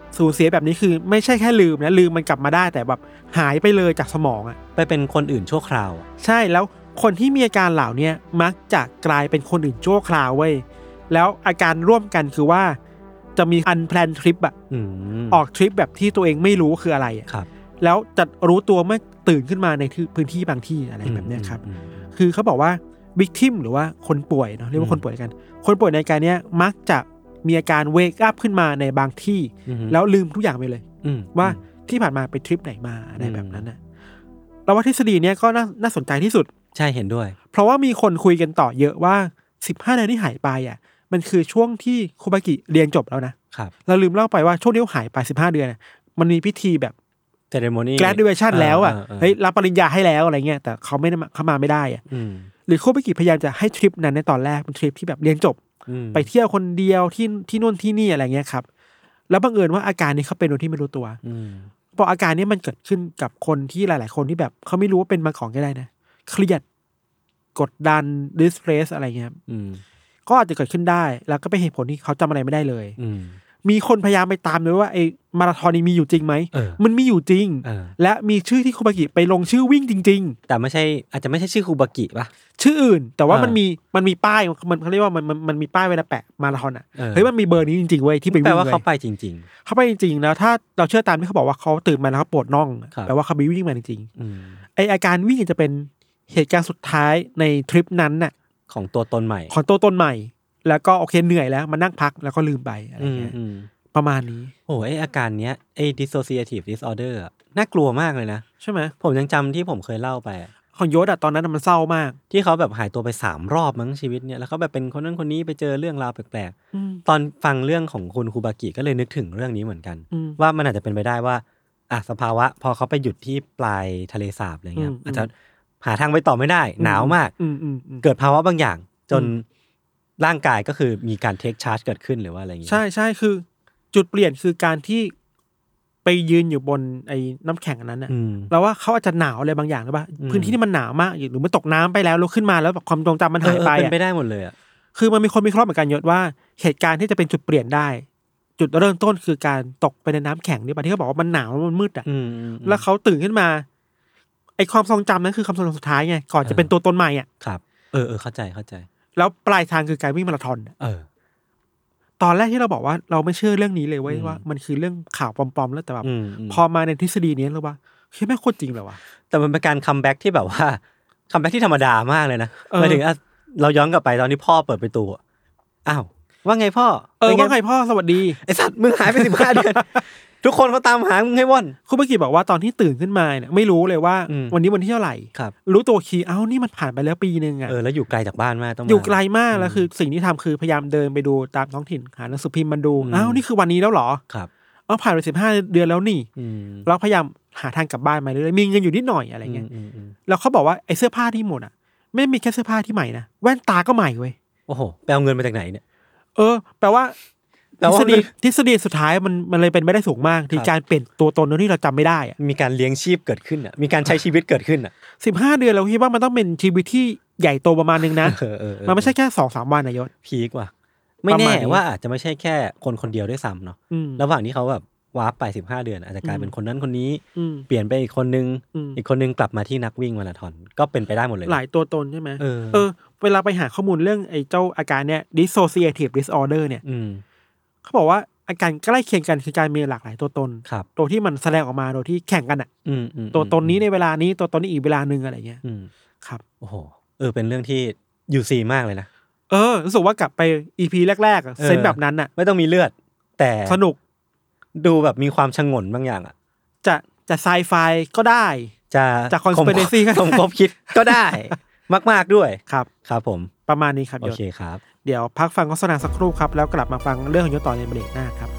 D: สูญเสียแบบนี้คือไม่ใช่แค่ลืมนะลืมมันกลับมาได้แต่แบบหายไปเลยจากสมอง
C: ไปเป็นคนอื่นชั่วคราว
D: ใช่แล้วคนที่มีอาการเหล่านี้มักจะกลายเป็นคนอื่นชั่วคราวเว้ยแล้วอาการร่วมกันคือว่าจะมีอันแพลนทริปออกทริปแบบที่ตัวเองไม่รู้คืออะไรแล้วจะรู้ตัวเมื่อตื่นขึ้นมาในพื้นที่บางที่อะไรแบบนี้ครับคือเขาบอกว่าวิกทิมหรือว่าคนป่วยเนาะเรียกว่าคนป่วยกันคนป่วยในการนี้มักจะมีอาการเวกอัพขึ้นมาในบางที่แล้วลืมทุกอย่างไปเลยว่าที่ผ่านมาไปทริปไหนมาอะไรแบบนั้นนะเราว่าทฤษฎีนี้ก็น่าสนใจที่สุด
C: ใช่เห็นด้วย
D: เพราะว่ามีคนคุยกันต่อเยอะว่า15เดือนที่หายไปมันคือช่วงที่คุบากิเรียนจบแล้วนะครับเราลืมเล่าไปว่าช่วงที่หายไป15เดือนมันมีพิธีแบบ
C: ceremony
D: graduation แล้วเฮ้ยรับปริญญาให้แล้วอะไรเงี้ยแต่เขาไม่ได้เข้ามาไม่ได้หรือคุบากิพยายามจะให้ทริปนั้นในตอนแรกเป็นทริปที่แบบเรียนจบไปเที่ยวคนเดียวที่นู่นที่นี่อะไรเงี้ยครับแล้วบังเอิญว่าอาการนี้เขาเป็นโดยที่ไม่รู้ตัวพออาการนี้มันเกิดขึ้นกับคนที่หลายๆคนที่แบบเขาไม่รู้ว่าเป็นมาของก็ได้นะเครียดกดดัน distress อะไรเงี้ยก็อาจจะเกิดขึ้นได้แล้วก็เป็นเหตุผลที่เขาจำอะไรไม่ได้เลยมีคนพยายามไปตามด้วยว่าไอ้มาราธอนนี้มีอยู่จริงไหมมันมีอยู่จริงและมีชื่อที่คุบากิไปลงชื่อวิ่งจริง
C: ๆแต่ไม่ใช่อาจจะไม่ใช่ชื่อคุบากิป่ะ
D: ชื่ออื่นแต่ว่ามันมีป้ายมันเขาเรียกว่ามันมีป้ายไว้นะแปะมาราธอนเฮ้ยมันมีเบอร์นี้จริงๆเว้ยที่ไปวิ่ง
C: แปลว่าเขาไปจริง
D: ๆเขาไปจริงๆแล้วถ้าเราเชื่อตามที่เขาบอกว่าเขาตื่นมาแล้วเขาปวดน่องแปลว่าเขาไปวิ่งมาจริงๆไอ้อาการวิ่งจะเป็นเหตุการณ์สุดท้ายในทริปนั้นน่ะ
C: ของตัวตนใหม่
D: แล้วก็โอเคเหนื่อยแล้วมานั่งพักแล้วก็ลืมไปอะไรเงี้ยประมาณนี้
C: โอ้ไออาการเนี้ยไอ dissociative disorder น่ากลัวมากเลยนะ
D: ใช่ไหม
C: ผมยังจำที่ผมเคยเล่าไป
D: ของยศตอนนั้นมันเศร้ามาก
C: ที่เขาแบบหายตัวไป3รอบมั้งชีวิตเนี่ยแล้วเขาแบบเป็นคนนั้นคนนี้ไปเจอเรื่องราวแปลกๆตอนฟังเรื่องของคุณคุบากิก็เลยนึกถึงเรื่องนี้เหมือนกันว่ามันอาจจะเป็นไปได้ว่าสภาวะพอเขาไปหยุดที่ปลายทะเลสาบอะไรเงี้ยอาจจะหาทางไปต่อไม่ได้หนาวมากเกิดภาวะบางอย่างจนร่างกายก็คือมีการเทคชาร์จเกิดขึ้นหรือว่าอะไรอย่างเงี้ย
D: ใช่คือจุดเปลี่ยนคือการที่ไปยืนอยู่บนไอ้น้ำแข็งอันนั้นน่ะแล้วว่าเขาอาจจะหนาวอะไรบางอย่างหรือเปล่าพื้นที่ที่มันหนาวมากหรือมันตกน้ำไปแล้วขึ้นมาแล้วแบบความทรงจำมันหายไป
C: เป็นไปได้หมดเลย
D: คือมันมีคนมีข้อเหมือนกันยศว่าเหตุการณ์ที่จะเป็นจุดเปลี่ยนได้จุดเริ่มต้นคือการตกไปในน้ำแข็งนี่ป่ะที่เขาบอกว่ามันหนาวมันมืดแล้วเขาตื่นขึ้นมาไอ้ความทรงจำนั้นคือความทรงจำสุดท้ายไงก่อนจะเป็นตัวตนใหม่
C: ครับเข้าใจ
D: แล้วปลายทางคือการวิ่งมาราธอนตอนแรกที่เราบอกว่าเราไม่เชื่อเรื่องนี้เลยว่ามันคือเรื่องข่าวปลอมๆแล้วแต่แบบพอมาในทฤษฎีนี้แล้วว่าเฮ้ยแม่งโคตรจริงเลยวะ
C: แต่มันเป็นการคัมแบ็กที่แบบว่าคัมแบ็กที่ธรรมดามากเลยนะหมายถึงเราย้อนกลับไปตอนที่พ่อเปิดประตูอ้าวว่าไงพ่อ
D: ว่าไงพ่อสวัสดี
C: ไอ้สัตว์มึงหายไป15 เดือนทุกคนเขาตามหามึงให้ว่อน
D: คุณเมื่อกี้บอกว่าตอนที่ตื่นขึ้นมาเนี่ยไม่รู้เลยว่าวันนี้วันที่เท่าไหร่รู้ตัวคีนี่มันผ่านไปแล้วปีนึง
C: แล้วอยู่ไกลจากบ้านมากต้อง
D: อยู่ไกลมากแล้วคือสิ่งที่ทำคือพยายามเดินไปดูตามท้องถิ่นหาหนังสือพิมพ์มันดูนี่คือวันนี้แล้วเหรอ
C: ครับ
D: ผ่านไป15 เดือนแล้วนี่แล้วพยายามหาทางกลับบ้านมาเรื่อยๆมีเงินอยู่นิดหน่อยอะไรเงี้ยแล้วเขาบอกว่าไอ้เสื้อผ้าที่หมดไม่มีแค่เสื้อผ้าที่ใหม่นะแว่นตาก็ใหม่เว้ย
C: โอ้โหไปเอาเงินมาจากไหนเนี่ย
D: แปลว่าทฤษฎีสุดท้ายมันเลยเป็นไม่ได้สูงมากที่การเปลี่ยนตัวตนโดยที่เราจำไม่ได้
C: มีการเลี้ยงชีพเกิดขึ้นมีการใช้ชีวิตเกิดขึ้น
D: 15 เดือนเราคิดว่ามันต้องเป็นชีวิตที่ใหญ่โตประมาณนึงนะมันไม่ใช่แค่ 2-3 วันนะยศ
C: พีกว่าไม่แน่ว่าอาจจะไม่ใช่แค่คนเดียวด้วยซ้ำเนาะระหว่างที่เขาแบบวาร์ปไป15 เดือนอาจจะกลายเป็นคนนั้นคนนี้เปลี่ยนไปอีกคนนึงกลับมาที่นักวิ่งมาราธอนก็เป็นไปได้หมดเลย
D: หลายตัวตนใช่ไหมเวลาไปหาข้อมูลเรื่องไอ้เจ้าอาการเนี้ย dissociative disorder เนี่ยเขาบอกว่าอาการใกล้เคียงกันคือการมีหลากหลายตัวตนตัวที่มันแสดงออกมาโดยที่แข่งกันตัวตนนี้ในเวลานี้ตัวตนนี้อีกเวลานึงอะไรเงี้ยครับ
C: โอ้โหเป็นเรื่องที่ยูซีมากเลยนะ
D: รู้สึกว่ากลับไป EP แรกๆเซนแบบนั้น
C: ไม่ต้องมีเลือดแต่
D: สนุก
C: ดูแบบมีความชงนบางอย่าง
D: จะไซไฟก็ได้จะคอนสปิเรซี่ก็
C: คบคิดก็ได้มากๆด้วย
D: ครับ
C: ผม
D: ประมาณนี้ครับ
C: โอเคครับ
D: เดี๋ยวพักฟังโฆษณาสักครู่ครับแล้วกลับมาฟังเรื่องของยศต่อในเบรกหน้าครับ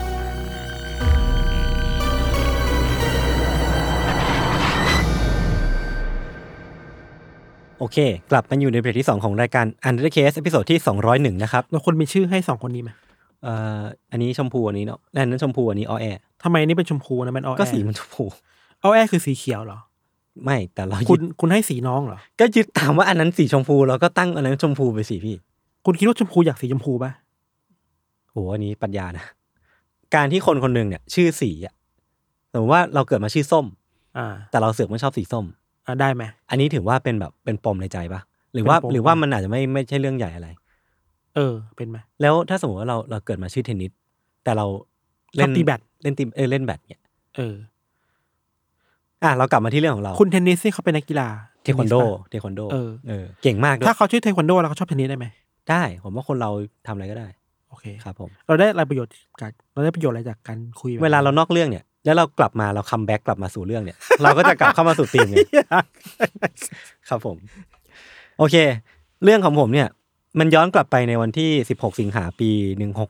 C: โอเคกลับมาอยู่ในเบรกที่2ของรายการ Under Case ตอนที่201นะครับ
D: เราคนมีชื่อให้2คนนี้มั้ย
C: อันนี้ชมพูอันนี้เนาะอันนั้นชมพูอันนี้ออแอ
D: ทำไมนี่เป็นชมพูนะมันออแอ
C: ก็สีมันชมพู
D: ออแอคือสีเขียวเหรอ
C: ไม่แต่เรา
D: คุณให้สีน้องเหรอ
C: ก็ยึดตามว่าอันนั้นสีชมพูเราก็ตั้งอันนั้นชมพูไปสิพี่
D: คุณคิดว่าชมพูอยากสีชมพูป่ะ
C: โหอันนี้ปรัชญานะการที่คนคนนึงเนี่ยชื่อสีอ่ะสมมติว่าเราเกิดมาชื่อส้มแต่เราเสือกไม่ชอบสีส้ม
D: ได้ไหม
C: อันนี้ถือว่าเป็นแบบเป็นปมในใจปะหรือว่ามันอาจจะไม่ใช่เรื่องใหญ่อะไร
D: เป็นไหม
C: แล้วถ้าสมมติว่าเราเกิดมาชื่อเทนนิสแต่เรา
D: เล่นตีแบด
C: เล่นแบดเนี่ยเรากลับมาที่เรื่องของเรา
D: คุณเทนนิสนี่เขาเป็นนักกีฬา
C: เทควันโดเก่งมาก
D: ถ้าเขาชื่อเทควันโดแล้วเขาชอบเทนนิสได้ไหม
C: ได้ผมว่าคนเราทำอะไรก็ได้
D: โอเค
C: ครับผม
D: เราได้อะไรประโยชน์อะไรจากการคุย
C: เวลาเรานอกเรื่องเนี่ยแล้วเรากลับมาเราคัมแบ็กกลับมาสู่เรื่องเนี่ยเราก็จะกลับเข้ามาสู่ธีมเนี่ยครับผมโอเคเรื่องของผมเนี่ยมันย้อนกลับไปในวันที่16สิงหาคมปี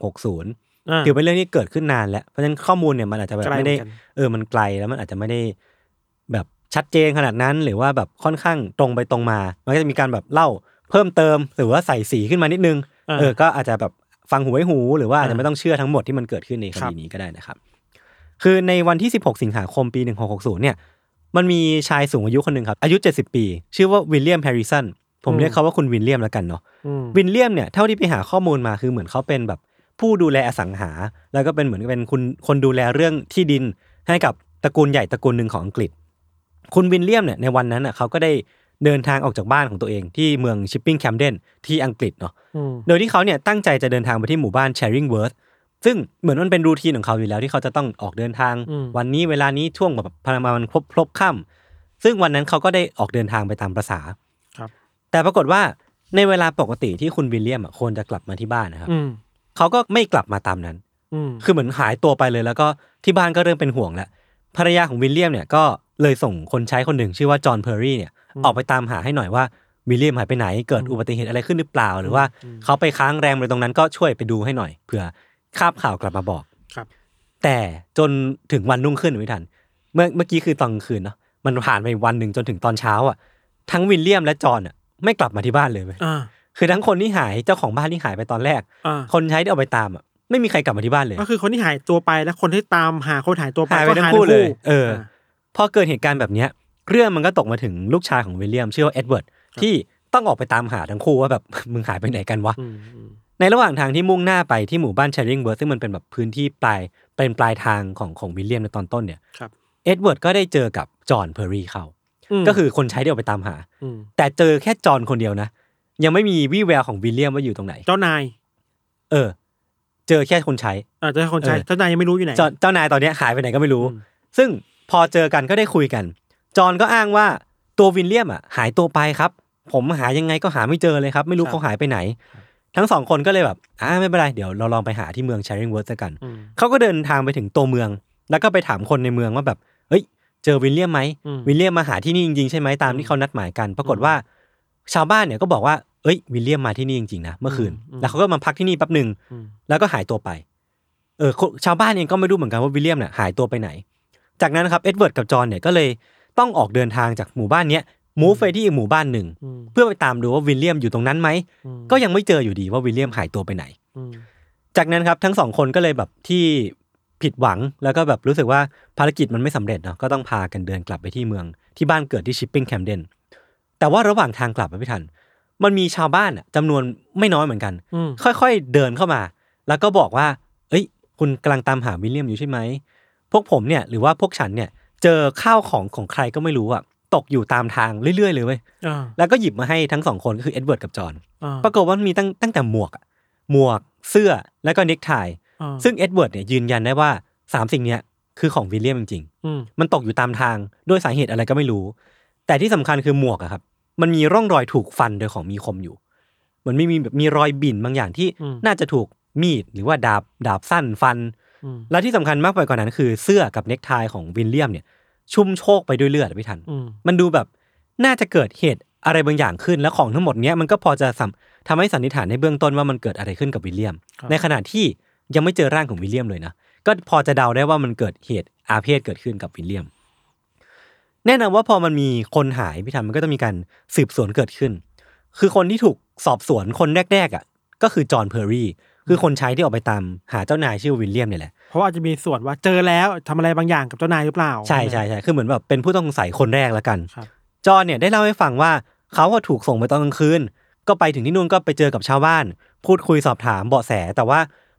C: 1660ถือเป็นเรื่องที่เกิดขึ้นนานแล้วเพราะฉะนั้นข้อมูลเนี่ยมันอาจจะแบบไม่ได้มันไกลแล้วมันอาจจะไม่ได้แบบชัดเจนขนาดนั้นหรือว่าแบบค่อนข้างตรงไปตรงมามันก็จะมีการแบบเล่าเพิ่มเติมหรือว่าใส่สีขึ้นมานิดนึงก็อาจจะแบบฟังหูไว้หูหรือว่าอาจจะไม่ต้องเชื่อทั้งหมดที่มันเกิดขึ้นในคดีนี้ก็ได้นะครับคือในวันที่16สิงหาคมปี1660เนี่ยมันมีชายสูงอายุคนนึงครับอายุ70ปีชื่อว่าวิลเลียมแฮร์ริสันผมเรียกเขาว่าคุณวิลเลียมแล้วกันเนาะวิลเลียมเนี่ยเท่าที่ไปหาข้อมูลมาคือเหมือนเขาเป็นแบบผู้ดูแลอสังหาแล้วก็เป็นเหมือนเป็นคนดูแลเรื่องที่ดินให้กับตระกูลใหญ่ตระกูลนึงของอังกฤษคุณวิลเลียมเนี่ยในวันนั้นน่ะเขาก็ได้เดินทางออกจากบ้านของตัวเองที่เมืองชิปปิ้งแคมเดนที่อังกฤษเนาะโดยที่เขาเนี่ยตั้งใจจะเดินทางไปที่หมู่บ้านแชริงเวิร์ธซึ่งเหมือนมันเป็นรูทีนของเขาอยู่แล้วที่เขาจะต้องออกเดินทางวันนี้เวลานี้ช่วงแบบประมาณพลบค่ำซึ่งวันนั้นเขาก็ได้ออกเดินทางไปตามประสาแต่ปรากฏว่าในเวลาปกติที่คุณวิลเลียมควรจะกลับมาที่บ้านนะครับเขาก็ไม่กลับมาตามนั้นคือเหมือนหายตัวไปเลยแล้วก็ที่บ้านก็เริ่มเป็นห่วงแล้วภรรยาของวิลเลียมเนี่ยก็เลยส่งคนใช้คนหนึ่งชื่อว่าจอห์นเพอร์รี่เนี่ยออกไปตามหาให้หน่อยว่าวิลเลียมหายไปไหนเกิดอุบัติเหตุอะไรขึ้นหรือเปล่าหรือว่าเขาไปค้างแรมอะไรตรงนั้นก็ช่วยไปดูให้หน่อยเผื่อคาบข่าวกลับมาบอกแต่จนถึงวันรุ่งขึ้นไม่ทันเมื่อกี้คือตอนกลางคืนเนาะมันผ่านไปวันนึงจนถึงตอนเช้าทั้งวิลเลียมและจอห์นไม่กลับมาที่บ้านเลยคือทั้งคนที่หายเจ้าของบ้านที่หายไปตอนแรกคนใช้ที่เอาไปตามไม่มีใครกลับมาที่บ้านเลย
D: ก็คือคนที่หายตัวไปและคนที่ตามหาคนหายตัวไป
C: ก็หายทั้งคู่เลยพอเกิดเหตุการณ์แบบนี้เรื่องมันก็ตกมาถึงลูกชายของวิลเลียมชื่อว่าเอ็ดเวิร์ดที่ต้องออกไปตามหาทั้งคู่ว่าแบบมึงหายไปไหนกันวะในระหว่างทางที่มุ่งหน้าไปที่หมู่บ้านแชริงเวิร์ธซึ่งมันเป็นแบบพื้นที่ปลายทางของวิลเลียมในตอนต้นเนี่ยเอ็ดเวิร์ดก็ได้เจอกับจอห์นเพอร์รี่เขาก็คือคนใช้ที่ออกไปตามหาแต่เจอแค่จอห์นคนเดียวนะยังไม่มีวี่แววของวิลเลียมว่าอยู่ตรงไหน
D: เจ้านาย
C: เจอแค่คนใช้
D: เจอคนใช้เจ้านายยังไม่รู้อยู่ไหน
C: เจ้านายตอนนี้หายไปไหนก็ไม่รู้ซึ่งพอเจอกันก็ได้คุยกันจอห์นก็อ้างว่าตัววิลเลียมหายตัวไปครับผมหายังไงก็หาไม่เจอเลยครับไม่รู้เขาหายไปไหนทั้งสองคนก็เลยแบบไม่เป็นไรเดี๋ยวเราลองไปหาที่เมืองแชริงเวิร์ธกันเขาก็เดินทางไปถึงตัวเมืองแล้วก็ไปถามคนในเมืองว่าแบบเฮ้ยเจอวิลเลียมไหมวิลเลียมมาหาที่นี่จริงๆใช่ไหมตามที่เขานัดหมายกันปรากฏว่าชาวบ้านเนี่ยก็บอกว่าวิลเลียมมาที่นี่จริงๆนะเมื่อคืนแล้วเขาก็มาพักที่นี่แป๊บนึงแล้วก็หายตัวไปชาวบ้านเองก็ไม่รู้เหมือนกันว่าวิลเลียมเนี่ยหายตัวไปไหนจากนั้นครับเอ็ดเวิร์ดกับจอห์นเนี่ยก็เลยต้องออกเดินทางจากหมู่บ้านเนี้ยมูฟไปที่อีกหมู่บ้านหนึ่งเพื่อไปตามดูว่าวิลเลียมอยู่ตรงนั้นไหมก็ยังไม่เจออยู่ดีว่าวิลเลียมหายตัวไปไหนจากนั้นครับทั้งสองคนก็เลยแบบที่ผิดหวังแล้วก็แบบรู้สึกว่าภารกิจมันไม่สำเร็จเนาะก็ต้องพากันเดินกลับไปที่เมืองที่บ้านเกิดที่ชิปปิ้งแคมเดนแต่ว่าระหว่างทางกลับไม่ทันมันมีชาวบ้านจำนวนไม่น้อยเหมือนกันค่อยๆเดินเข้ามาแล้วก็บอกว่าคุณกำลังตามหาวิลเลียมอยู่ใช่ไหมพวกผมเนี่ยหรือว่าพวกฉันเนี่ยเจอข้าวของใครก็ไม่รู้ตกอยู่ตามทางเรื่อยๆเลยเว้ยแล้วก็หยิบมาให้ทั้งสองคนก็คือเอ็ดเวิร์ดกับจอห์นปรากฏว่ามีตั้งแต่หมวกเสื้อแล้วก็เน็กไทซึ่งเอ็ดเวิร์ดเนี่ยยืนยันได้ว่า3สิ่งเนี้ยคือของวิลเลียมจริงๆมันตกอยู่ตามทางด้วยสาเหตุอะไรก็ไม่รู้แต่ที่สำคัญคือหมวกครับมันมีร่องรอยถูกฟันโดยของมีคมอยู่มันไม่มีแบบมีรอยบิ่นบางอย่างที่น่าจะถูกมีดหรือว่าดาบสั้นฟันและที่สำคัญมากไปกว่านั้นคือเสื้อกับเน็กไทของวิลเลียมเนี่ยชุ่มโชกไปด้วยเลือดไม่ทันมันดูแบบน่าจะเกิดเหตุอะไรบางอย่างขึ้นแล้วของทั้งหมดเนี้ยมันก็พอจะทำให้สันนิษฐานในเบื้องต้นว่ามันเกิดอะไรขึ้นกับวิลเลียมในขณะที่ยังไม่เจอร่างของวิลเลียมเลยนะก็พอจะเดาได้ว่ามันเกิดเหตุอาเพศเกิดขึ้นกับวิลเลียมแน่นอนว่าพอมันมีคนหายพี่ทันมันก็ต้องมีการสืบสวนเกิดขึ้นคือคนที่ถูกสอบสวนคนแรกๆก็คือจอห์นเพอร์รี่คือคนใช้ที่ออกไปตามหาเจ้านายชื่อวิลเลียมเนี่ยแหละ
D: เพราะอาจจะมีส่วนว่าเจอแล้วทำอะไรบางอย่างกับเจ้านายหรือเปล่า
C: ใช่คือเหมือนแบบเป็นผู้ต้องสงสัยคนแรกแล้วกันจอห์นเนี่ยได้เล่าให้ฟังว่าเขาถูกส่งไปตอนกลางคืนก็ไปถึงที่นู่นก็ไปเจอกับชาวบ้านพูดคุยสอบถามเบาะแสแต่ว่า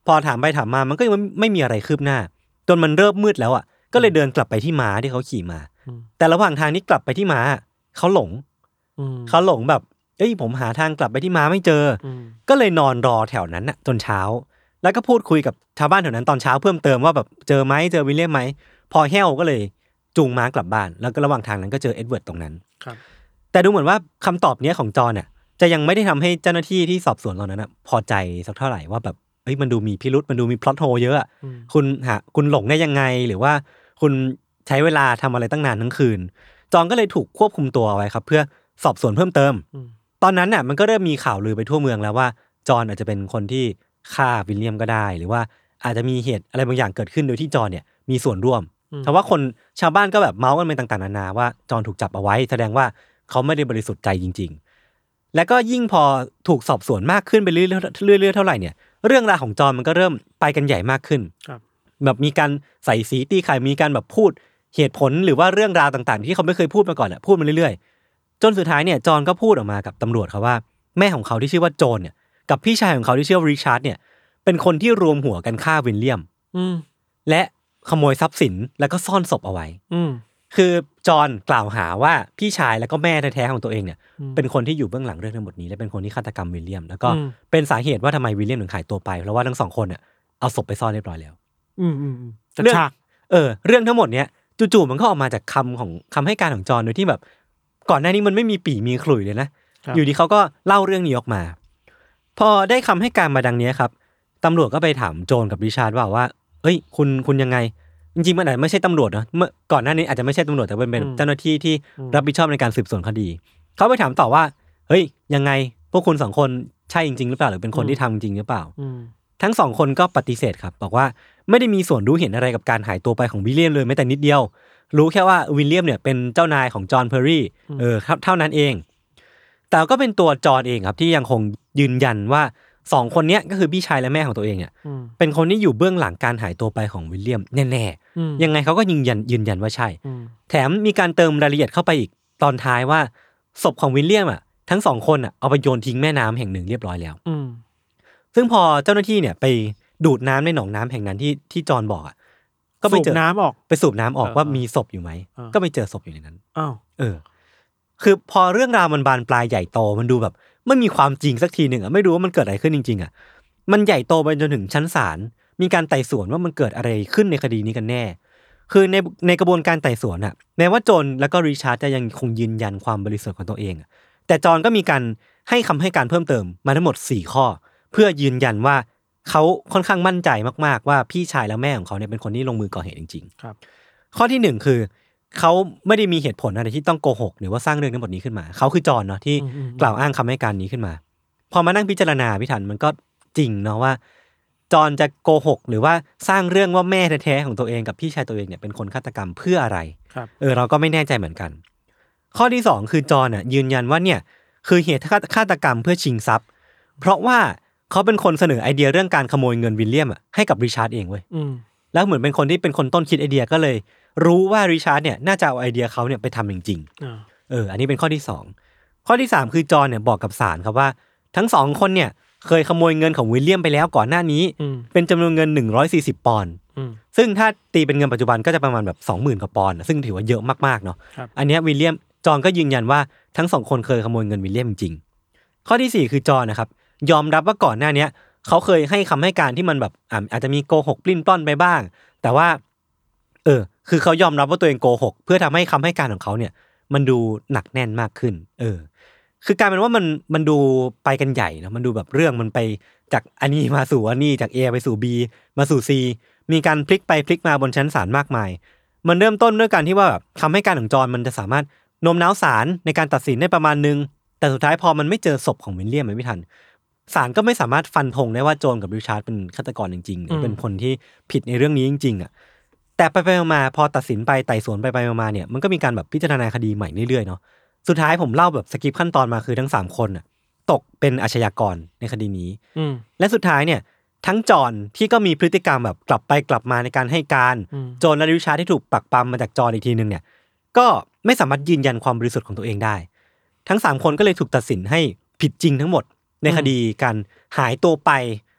C: พอถามไปถามมามันก็ยังไม่มีอะไรคืบหน้าจนมันเริ่มมืดแล้วอ่ะก็เลยเดินกลับไปที่ม้าที่เขาขี่มาแต่ระหว่างทางนี้กลับไปที่ม้าเขาหลงแบบผมหาทางกลับไปที่ม้าไม่เจอก็เลยนอนรอแถวนั้นน่ะจนเช้าแล้วก็พูดคุยกับชาวบ้านแถวนั้นตอนเช้าเพิ่มเติมว่าแบบเจอไหมเจอวิลเลียมไหมพอแห้วก็เลยจูงม้ากลับบ้านแล้วก็ระหว่างทางนั้นก็เจอเอ็ดเวิร์ดตรงนั้นแต่ดูเหมือนว่าคำตอบนี้ของจอห์นเนี่ยจะยังไม่ได้ทำให้เจ้าหน้าที่ที่สอบสวนเหล่านั้นนะพอใจสักเท่าไหร่ว่าแบบมันดูมีพิรุธมันดูมีพล็อตโฮเยอะคุณหลงได้ยังไงหรือว่าคุณใช้เวลาทำอะไรตั้งนานทั้งคืนจอห์นก็เลยถูกควบคุมตัวไว้ครับเพื่อสอบสวนเพิ่มเติมตอนนั้นน่ะมันก็เริ่มมีข่าวลือไปทั่วเมืองแล้วว่าจอห์นอาจจะเป็นคนที่ฆ่าวิลเลียมก็ได้หรือว่าอาจจะมีเหตุอะไรบางอย่างเกิดขึ้นโดยที่จอห์นเนี่ยมีส่วนร่วมเพราะว่าคนชาวบ้านก็แบบเมาส์กันไปต่างๆนานาว่าจอห์นถูกจับเอาไว้แสดงว่าเขาไม่ได้บริสุทธิ์ใจจริงๆแล้วก็ยิ่งพอถูกสอบสวนมากขึ้นไปเรื่อยๆเท่าไหร่เนี่ยเรื่องราวของจอห์นมันก็เริ่มไปกันใหญ่มากขึ้นแบบมีการใส่สีตีไข่มีการแบบพูดเหตุผลหรือว่าเรื่องราวต่างๆที่เขาไม่เคยพูดมาก่อนพูดมาเรื่อยๆจนสุดท้ายเนี่ยจอห์นก็พูดออกมากับตำรวจครับว่าแม่ของเขาที่ชื่อว่าโจนเนี่ยกับพี่ชายของเขาที่ชื่อริชาร์ดเนี่ยเป็นคนที่รวมหัวกันฆ่าวิลเลียมและขโมยทรัพย์สินแล้วก็ซ่อนศพเอาไว้คือจอห์นกล่าวหาว่าพี่ชายแล้วก็แม่แท้ๆของตัวเองเนี่ยเป็นคนที่อยู่เบื้องหลังเรื่องทั้งหมดนี้และเป็นคนที่ฆาตกรรมวิลเลียมแล้วก็เป็นสาเหตุว่าทำไมวิลเลียมถึงหายตัวไปเพราะว่าทั้งสองคนเนี่ยเอาศพไปซ่อนเรียบร้อยแล้วเรื่องทั้งหมดเนี้ยจู่ๆมันก็ออกมาจากคำให้การของจอห์นโดยที่แบบก่อนหน้านี้มันไม่มีปี่มีขลุ่ยเลยนะอยู่ดีเขาก็เล่าเรื่องนี้ออกมาพอได้คำให้การมาดังนี้ครับตำรวจก็ไปถามโจนกับริชาร์ดว่าคุณยังไงจริงๆมันอาจจะไม่ใช่ตำรวจนะเมื่อก่อนหน้านี้อาจจะไม่ใช่ตำรวจแต่เป็นเจ้าหน้าที่ที่รับผิดชอบในการสืบสวนคดีเขาไปถามต่อว่าเฮ้ยยังไงพวกคุณสองคนใช่จริงๆหรือเปล่าหรือเป็นคนที่ทำจริงหรือเปล่าทั้งสองคนก็ปฏิเสธครับบอกว่าไม่ได้มีส่วนรู้เห็นอะไรกับการหายตัวไปของวิลเลียมเลยแม้แต่นิดเดียวรู้แค่ว่าวิลเลียมเนี่ยเป็นเจ้านายของจอห์นเพอร์รี่เท่านั้นเองแต่ก็เป็นตัวจอห์นเองครับที่ยังคงยืนยันว่าสองคนนี้ก็คือพี่ชายและแม่ของตัวเองเนี่ยเป็นคนที่อยู่เบื้องหลังการหายตัวไปของวิลเลียมแน่ๆยังไงเขาก็ยืนยันว่าใช่แถมมีการเติมรายละเอียดเข้าไปอีกตอนท้ายว่าศพของวิลเลียมอ่ะทั้งสองคนอ่ะเอาไปโยนทิ้งแม่น้ำแห่งหนึ่งเรียบร้อยแล้วซึ่งพอเจ้าหน้าที่เนี่ยไปดูดน้ำในหนองน้ำแห่งนั้นที่จอห์นบอกอ่ะก็ไปเจอไปสูบน้ำออกว่ามีศพอยู่ไหมก็ไปเจอศพอยู่ในนั้นคือพอเรื่องราวมันบานปลายใหญ่โตมันดูแบบไม่มีความจริงสักทีหนึ่งอ่ะไม่รู้ว่ามันเกิดอะไรขึ้นจริงๆอ่ะมันใหญ่โตไปจนถึงชั้นศาลมีการไต่สวนว่ามันเกิดอะไรขึ้นในคดีนี้กันแน่คือในกระบวนการไต่สวนอ่ะแม้ว่าโจนแล้วก็ริชาร์ดจะยังคงยืนยันความบริสุทธิ์ของตัวเองแต่จอห์นก็มีการให้คำให้การเพิ่มเติมมาทั้งหมด4ข้อเพื่อยืนยันว่าเขาค่อนข้างมั่นใจมากๆว่าพี่ชายและแม่ของเขาเนี่ยเป็นคนที่ลงมือก่อเหตุจริงๆครับข้อที่1คือเขาไม่ได้มีเหตุผลอะไรที่ต้องโกหกหรือว่าสร้างเรื่องทั้งหมดนี้ขึ้นมาเขาคือจอห์นเนาะที่กล่าวอ้างคำให้การนี้ขึ้นมาพอมานั่งพิจารณาพี่ทันมันก็จริงเนาะว่าจอห์นจะโกหกหรือว่าสร้างเรื่องว่าแม่แท้ๆของตัวเองกับพี่ชายตัวเองเนี่ยเป็นคนฆาตกรรมเพื่ออะไรเราก็ไม่แน่ใจเหมือนกันข้อที่2คือจอห์นยืนยันว่าเนี่ยคือเหตุฆาตกรรมเพื่อชิงทรัพย์เพราะว่าเขาเป็นคนเสนอไอเดียเรื่องการขโมยเงินวิลเลียมให้กับริชาร์ดเองเว้ยแล้วเหมือนเป็นคนที่เป็นคนต้นคิดไอเดียก็เลยรู้ว่าริชาร์ดเนี่ยน่าจะเอาไอเดียเขาเนี่ยไปทำจริงๆอันนี้เป็นข้อที่2ข้อที่3คือจอห์นเนี่ยบอกกับศาลครับว่าทั้ง2คนเนี่ยเคยขโมยเงินของวิลเลียมไปแล้วก่อนหน้านี้เป็นจำนวนเงิน140ปอนด์ซึ่งถ้าตีเป็นเงินปัจจุบันก็จะประมาณแบบ 20,000 กว่าปอนด์ซึ่งถือว่าเยอะมากๆเนาะอันนี้วิลเลียมจอห์นก็ยืนยันว่าทั้ง2คนเคยขโมยเงินวิลเลียมจริงๆข้อที่4คือจอห์นนะครับยอมรับว่าก่อนหน้านี้เขาเคยให้คำให้การที่มันแบบอาจจะมีโกหกปลิ้นปล้อนไปบ้างแต่ว่าคือเขายอมรับว่าตัวเองโกหกเพื่อทำให้คำให้การของเขาเนี่ยมันดูหนักแน่นมากขึ้นคือกลายเป็นว่ามันดูไปกันใหญ่นะมันดูแบบเรื่องมันไปจากอันนี้มาสู่อันนี้จาก A ไปสู่ B มาสู่ C มีการพลิกไปพลิกมาบนชั้นศาลมากมายมันเริ่มต้นด้วยการที่ว่าแบบคำให้การของจอห์นมันจะสามารถโน้มน้าวศาลในการตัดสินได้ประมาณนึงแต่สุดท้ายพอมันไม่เจอศพของวิลเลียมไม่ทันศาลก็ไม่สามารถฟันธงได้ว่าโจนกับริชาร์ดเป็นฆาตกรจริงๆหรือเป็นคนที่ผิดในเรื่องนี้จริงๆแต่ไปมาพอตัดสินไปไต่สวนไปมาเนี่ยมันก็มีการแบบพิจารณาคดีใหม่เรื่อยๆเนาะสุดท้ายผมเล่าแบบสกิปขั้นตอนมาคือทั้ง3คนตกเป็นอาชญากรในคดีนี้และสุดท้ายเนี่ยทั้งจอห์นที่ก็มีพฤติกรรมแบบกลับไปกลับมาในการให้การโจนและริชาร์ดที่ถูกปักปั๊มมาจากจอห์นอีกทีนึงเนี่ยก็ไม่สามารถยืนยันความบริสุทธิ์ของตัวเองได้ทั้ง3คนก็เลยถูกตัดสินให้ผิดจริงทั้งหมดในคดีการหายตัวไป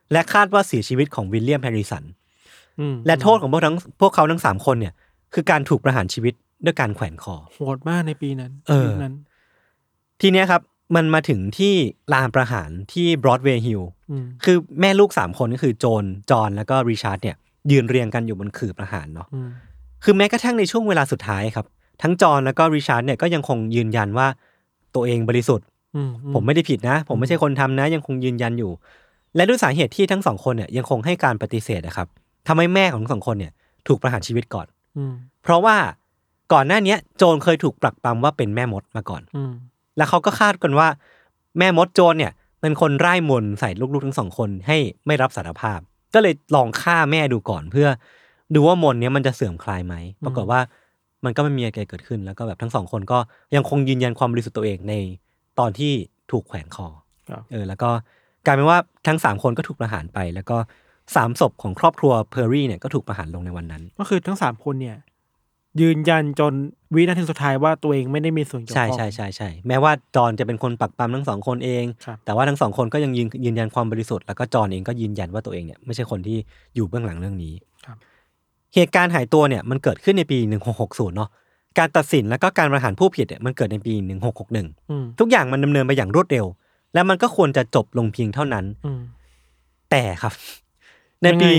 C: และคาดว่าเสียชีวิตของวิลเลียมแฮร์ริสันและโทษของพวกเขาทั้ง3คนเนี่ยคือการถูกประหารชีวิตด้วยการแขวนคอ
D: โหดมากในปีนั้น
C: ทีเนี้ยครับมันมาถึงที่ลานประหารที่บรอดเวย์ฮิลล์คือแม่ลูก3คนก็คือโจนจอห์นแล้วก็ริชาร์ดเนี่ยยืนเรียงกันอยู่บนขื่อประหารเนาะคือแม้กระทั่งในช่วงเวลาสุดท้ายครับทั้งจอห์นแล้วก็ริชาร์ดเนี่ยก็ยังคงยืนยันว่าตัวเองบริสุทธิ์ผมไม่ได้ผิดนะผมไม่ใช่คนทำนะยังคงยืนยันอยู่และด้วยสาเหตุที่ทั้ง2คนเนี่ยยังคงให้การปฏิเสธนะครับทำให้แม่ของทั้ง2คนเนี่ยถูกประหารชีวิตก่อนเพราะว่าก่อนหน้านี้โจนเคยถูกปรักปรำว่าเป็นแม่มดมาก่อนแล้วเขาก็คาดกันว่าแม่มดโจนเนี่ยเป็นคนร่ายมนต์ใส่ลูกๆทั้ง2คนให้ไม่รับสารภาพก็เลยลองฆ่าแม่ดูก่อนเพื่อดูว่ามนต์นี้มันจะเสื่อมคลายไหมปรากฏว่ามันก็ไม่มีอะไรเกิดขึ้นแล้วก็แบบทั้ง2คนก็ยังคงยืนยันความบริสุทธิ์ตัวเองในตอนที่ถูกแขวนคอแล้วก็กลายเป็นว่าทั้ง3คนก็ถูกประหารไปแล้วก็3ศพของครอบครัวเพอร์รี่เนี่ยก็ถูกประหารลงในวันนั้น
D: ก็คือทั้ง3คนเนี่ยยืนยันจนวินาทีสุดท้ายว่าตัวเองไม่ได้มีส่วนเกี่ยวข้อง
C: ใช่แม้ว่าจอห์นจะเป็นคนปักปั๊มทั้ง2คนเองแต่ว่าทั้ง2คนก็ยังยืนยันความบริสุทธิ์แล้วก็จอห์นเองก็ยืนยันว่าตัวเองเนี่ยไม่ใช่คนที่อยู่เบื้องหลังเรื่องนี้เหตุการณ์หายตัวเนี่ยมันเกิดขึ้นในปี1660เนาะการตัดสินแล้วก็การประหารผู้ผิดเนี่ยมันเกิดในปี1661ทุกอย่างมันดำเนินไปอย่างรวดเร็วและมันก็ควรจะจบลงเพียงเท่านั้นแต่ครับในปี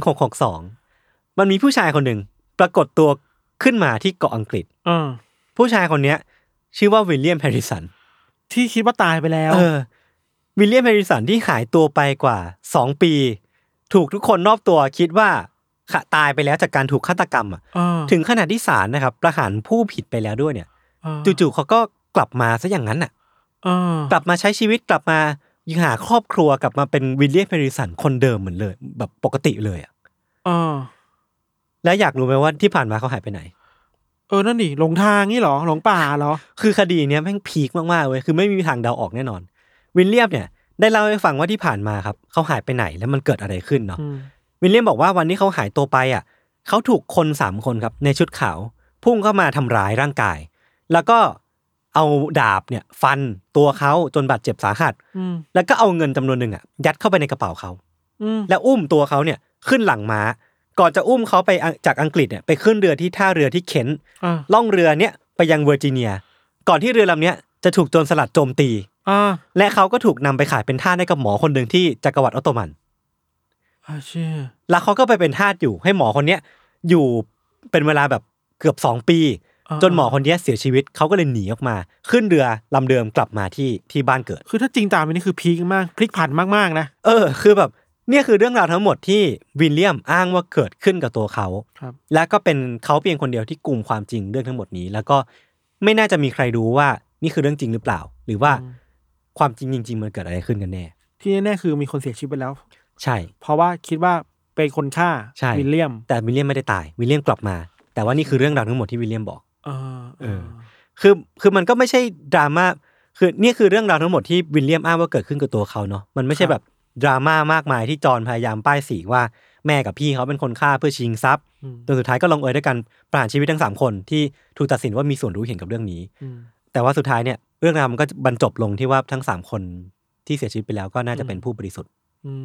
C: 1662มันมีผู้ชายคนหนึ่งปรากฏตัวขึ้นมาที่เกาะอังกฤษผู้ชายคนนี้ชื่อว่าวิลเลียมแฮร์ริสัน
D: ที่คิดว่าตายไปแล้ว
C: วิลเลียมแฮร์ริสันที่หายตัวไปกว่า2ปีถูกทุกคนรอบตัวคิดว่าตายไปแล้วจากการถูกฆาตกรรมถึงขนาดที่ศาลนะครับประหารผู้ผิดไปแล้วด้วยเนี่ยจู่ๆเขาก็กลับมาซะอย่างนั้นน่ะกลับมาใช้ชีวิตกลับมาหาครอบครัวกลับมาเป็นวิลเลียมแฮร์ริสันคนเดิมเหมือนเลยแบบปกติเลยแล้วอยากรู้ไหมว่าที่ผ่านมาเขาหายไปไหน
D: นั่นดิหลงทางนี่หรอหลงป่าเหรอ
C: คือคดีเนี้ยแม่งพีคมากๆเว้ยคือไม่มีทางเดาออกแน่นอนวิลเลียมเนี่ยได้เล่าให้ฟังว่าที่ผ่านมาครับเขาหายไปไหนแล้วมันเกิดอะไรขึ้นเนาะวิลเลียมบอกว่าวันที่เขาหายตัวไปเขาถูกคน3คนครับในชุดขาวพุ่งเข้ามาทำร้ายร่างกายแล้วก็เอาดาบเนี่ยฟันตัวเขาจนบาดเจ็บสาหัสแล้วก็เอาเงินจำนวนหนึ่งยัดเข้าไปในกระเป๋าเขาแล้วอุ้มตัวเขาเนี่ยขึ้นหลังม้าก่อนจะอุ้มเขาไปจากอังกฤษเนี่ยไปขึ้นเรือที่ท่าเรือที่เคนต์ล่องเรือเนี่ยไปยังเวอร์จิเนียก่อนที่เรือลำนี้จะถูกโจรสลัดโจมตีและเขาก็ถูกนำไปขายเป็นทาสให้กับหมอคนหนึ่งที่จักรวรรดิออตโตมันแล้วเขาก็ไปเป็นทาสอยู่ให้หมอคนนี้อยู่เป็นเวลาแบบเกือบ2ปีจนหมอคนนี้เสียชีวิตเขาก็เลยหนีออกมาขึ้นเรือลำเดิมกลับมาที่บ้านเกิด
D: คือถ้าจริงตามนี่คือพีคมากพลิกผันมากๆนะ
C: คือแบบเนี่ยคือเรื่องราวทั้งหมดที่วิลเลียมอ้างว่าเกิดขึ้นกับตัวเขาและก็เป็นเขาเพียงคนเดียวที่กุมความจริงเรื่องทั้งหมดนี้แล้วก็ไม่น่าจะมีใครรู้ว่านี่คือเรื่องจริงหรือเปล่าหรือว่าความจริงจริงๆมันเกิดอะไรขึ้นกันแน่
D: ที่แน่ๆคือมีคนเสียชีวิตไปแล้ว
C: ใช่
D: เพราะว่าคิดว่าเป็นคนฆ่าวิลเลียม
C: แต่วิลเลียมไม่ได้ตายวิลเลียมกลับมาแต่ว่านี่คือเรื่องราวทั้งหมดที่วิลเลียมบอกคือมันก็ไม่ใช่ดราม่าคือนี่คือเรื่องราวทั้งหมดที่วิลเลียมอ้างว่าเกิดขึ้นกับตัวเขาเนาะมันไม่ใช่แบบดราม่ามากมายที่จอห์นพยายามป้ายสีว่าแม่กับพี่เขาเป็นคนฆ่าเพื่อชิงทรัพย์จนสุดท้ายก็ลงเอยด้วยกันประหารชีวิตทั้ง3คนที่ถูกตัดสินว่ามีส่วนรู้เห็นกับเรื่องนี้แต่ว่าสุดท้ายเนี่ยเรื่องราวมันก็บรรจบลงที่ว่าทั้ง3คนที่เสียชีวิตไปแล้วก็น่าจะเป็นผู้บริสุทธิ์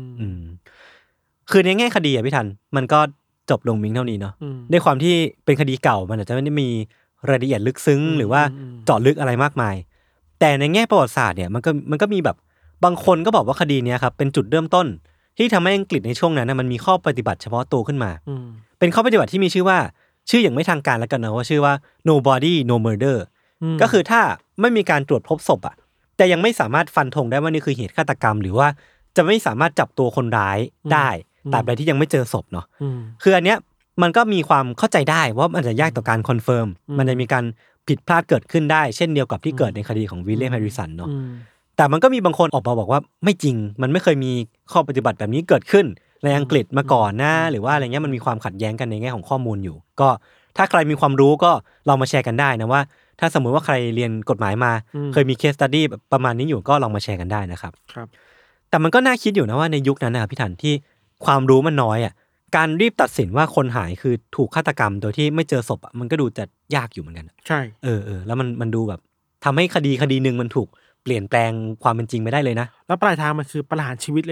C: คือในแง่คดีพี่ทันมันก็จบลงมิ้งเท่านี้เนาะด้วยความที่เป็นคดีเก่ามันอาจจะไม่ได้มีรายละเอียดลึกซึ้งหรือว่าเจาะลึกอะไรมากมายแต่ในแง่ประวัติศาสตร์เนี่ยมันก็มีแบบบางคนก็บอกว่าคดีนี้ครับเป็นจุดเริ่มต้นที่ทำให้อังกฤษในช่วงนั้นมันมีข้อปฏิบัติเฉพาะตัวขึ้นมาเป็นข้อปฏิบัติที่มีชื่อว่าชื่ออย่างไม่ทางการแล้วกันนะว่าชื่อว่า no body no murder ก็คือถ้าไม่มีการตรวจพบศพแต่ยังไม่สามารถฟันธงได้ว่านี่คือเหตุฆาตกรรมหรือว่าจะไม่สามารถจับตัวคนร้ายได้ตราบใดที่ยังไม่เจอศพเนาะคืออันเนี้ยมันก็มีความเข้าใจได้ว่ามันจะยากต่อการคอนเฟิร์มมันจะมีการผิดพลาดเกิดขึ้นได้เช่นเดียวกับที่เกิดในคดีของวิลเลียมแฮร์ริสันเนาะแต่มันก็มีบางคนออกมาบอกว่าไม่จริงมันไม่เคยมีข้อปฏิบัติแบบนี้เกิดขึ้นในอังกฤษมาก่อนนะหรือว่าอะไรเงี้ยมันมีความขัดแย้งกันในแง่ของข้อมูลอยู่ก็ถ้าใครมีความรู้ก็ลองมาแชร์กันได้นะว่าถ้าสมมุติว่าใครเรียนกฎหมายมาเคยมีเคสสตัดดี้ประมาณนี้อยู่ก็ลองมาแชร์กันได้นะครับแต่มันก็น่าคิดอยู่นะว่าในยุคนั้นนะครับพี่ทันที่ความรู้มันน้อยการรีบตัดสินว่าคนหายคือถูกฆาตกรรมโดยที่ไม่เจอศพมันก็ดูจะยากอยู่เหมือนกัน
D: ใช่
C: แล้วมันดูแบบทำให้คดีนึงมันถูกเปลี่ยนแปลงความเป็นจริงไม่ได้เลยนะ
D: แล้วปลายทางมันคือประหารชีวิตเลยนะ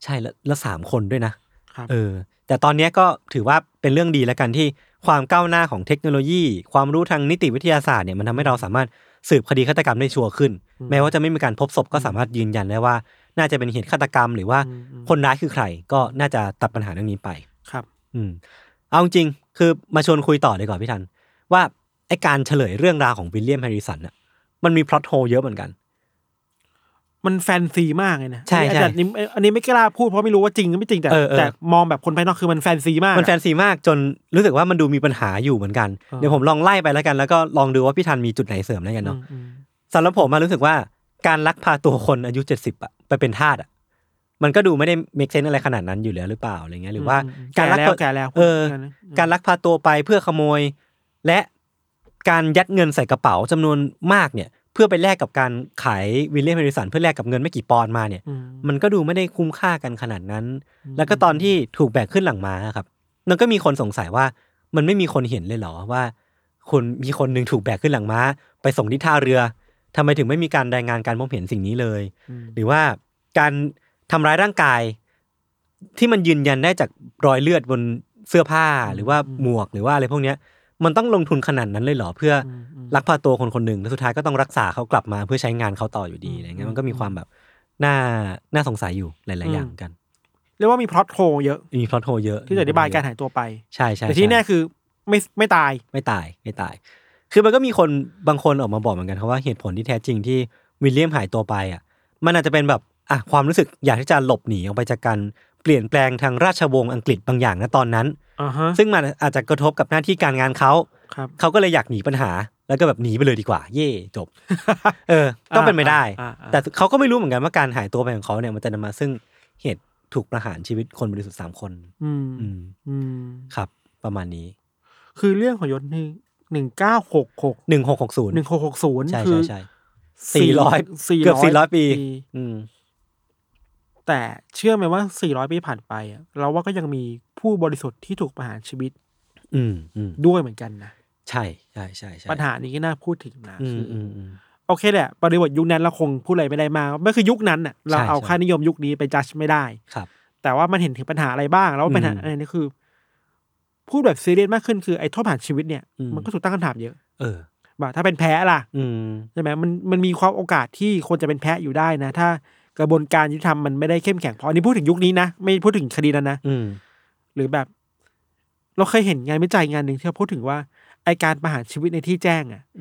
C: ใช่แล้ว3 คนด้วยนะแต่ตอนนี้ก็ถือว่าเป็นเรื่องดีแล้วกันที่ความก้าวหน้าของเทคโนโลยีความรู้ทางนิติวิทยาศาสตร์เนี่ยมันทำให้เราสามารถสืบคดีฆาตกรรมได้ชัวร์ขึ้นแม้ว่าจะไม่มีการพบศพก็สามารถยืนยันได้ว่าน่าจะเป็นเหตุฆาตกรรมหรือว่าคนร้ายคือใครก็น่าจะตัดปัญหาเรื่องนี้ไป
D: ครับ
C: เอาจริงคือมาชวนคุยต่อดีกว่าพี่ทันว่าไอ้การเฉลยเรื่องราวของวิลเลียมแฮร์ริสันน่ะมันมีพล็อตโฮลเยอะเหมือนกัน
D: มันแฟนซีมากเลยนะ
C: ใช่
D: แต่อันนี้ไม่กล้าพูดเพราะไม่รู้ว่าจริงหรือไม่จริงแต่มองแบบคนภายนอกคือมันแฟนซีมาก
C: มันแฟนซีมากจนรู้สึกว่ามันดูมีปัญหาอยู่เหมือนกันเดี๋ยวผมลองไล่ไปแล้วกันแล้วก็ลองดูว่าพี่ทันมีจุดไหนเสริมได้กันเนาะสำหรับผมมารู้สึกว่าการลักพาตัวคนอายุ70อ่ะไปเป็นทาสอ่ะมันก็ดูไม่ได้เมคเซนส์อะไรขนาดนั้นอยู่แล้วหรือเปล่าอะไรเงี้ยหรือว่า
D: การลัก
C: การลักพาตัวไปเพื่อขโมยและการยัดเงินใส่กระเป๋าจำนวนมากเนี่ยเพื่อไปแลกกับการขายวิลเลียมแฮร์ริสันเพื่อแลกกับเงินไม่กี่ปอนด์มาเนี่ยมันก็ดูไม่ได้คุ้มค่ากันขนาดนั้นแล้วก็ตอนที่ถูกแบกขึ้นหลังม้าครับมันก็มีคนสงสัยว่ามันไม่มีคนเห็นเลยเหรอว่าคนมีคนนึงถูกแบกขึ้นหลังม้าไปส่งที่ท่าเรือทำไมถึงไม่มีการรายงานการพบเห็นสิ่งนี้เลยหรือว่าการทำร้ายร่างกายที่มันยืนยันได้จากรอยเลือดบนเสื้อผ้าหรือว่าหมวกหรือว่าอะไรพวกเนี้ยมันต้องลงทุนขนาดนั้นเลยเหรอเพื่อลักพาตัวคนคนหนึ่งแล้วสุดท้ายก็ต้องรักษาเขากลับมาเพื่อใช้งานเขาต่ออยู่ดีอะไรเงี้ยมันก็มีความแบบน่าสงสัยอยู่หลายๆอย่างกัน
D: เรียกว่ามีพล็อตโฮเยอะ
C: มีพล็อตโฮเยอะ
D: ที่จะอธิบายการหายตัวไป
C: ใช่ๆ
D: แต่ที่แน่คือไม่ตาย
C: คือมันก็มีคนบางคนออกมาบอกเหมือนกันว่าเหตุผลที่แท้จริงที่วิลเลียมหายตัวไปอ่ะมันอาจจะเป็นแบบความรู้สึกอยากที่จะหลบหนีออกไปจากการเปลี่ยนแปลงทางราชวงศ์อังกฤษบางอย่างณตอนนั้นซึ่งมันอาจจะกระทบกับหน้าที่การงานเขาก็เลยอยากหนีปัญหาแล้วก็แบบหนีไปเลยดีกว่าเย่จบก็เป็นไม่ได้แต่เขาก็ไม่รู้เหมือนกันว่าการหายตัวไปของเขาเนี่ยมันจะนำมาซึ่งเหตุถูกประหารชีวิตคนบริสุทธิ์3 คนครับประมาณนี้
D: คือเรื่องของยศ
C: 1660
D: คือ
C: ใช่400เกือบ400 ปี
D: แต่เชื่อไหมว่า400 ปีผ่านไปเราว่าก็ยังมีผู้บริสุทธิ์ที่ถูกประหารชีวิตด้วยเหมือนกันนะ
C: ใช่
D: ปัญหานี้ก็น่าพูดถึงนะโอเคแหละบริบทยุคนั้นเราคงพูดอะไรไม่ได้มากไม่คือยุคนั้นน่ะเราเอาค่านิยมยุคนี้ไปจัดไม่ได้แต่ว่ามันเห็นถึงปัญหาอะไรบ้างแล้วปัญหาอะไรนี่คือพูดแบบซีเรียสมากขึ้นคือไอ้โทษประหารชีวิตเนี่ยมันก็ถูกตั้งคำถามเยอะว่าถ้าเป็นแพ้ล่ะใช่ไหมมันมีความโอกาสที่คนจะเป็นแพ้อยู่ได้นะถ้ากระบวนการยุติธรรมมันไม่ได้เข้มแข็งพออันนี้พูดถึงยุคนี้นะไม่พูดถึงคดีนั้นนะหรือแบบเราเคยเห็นงานวิจัยงานหนึ่งที่เขาพูดถึงว่าไอการประหารชีวิตในที่แจ้ง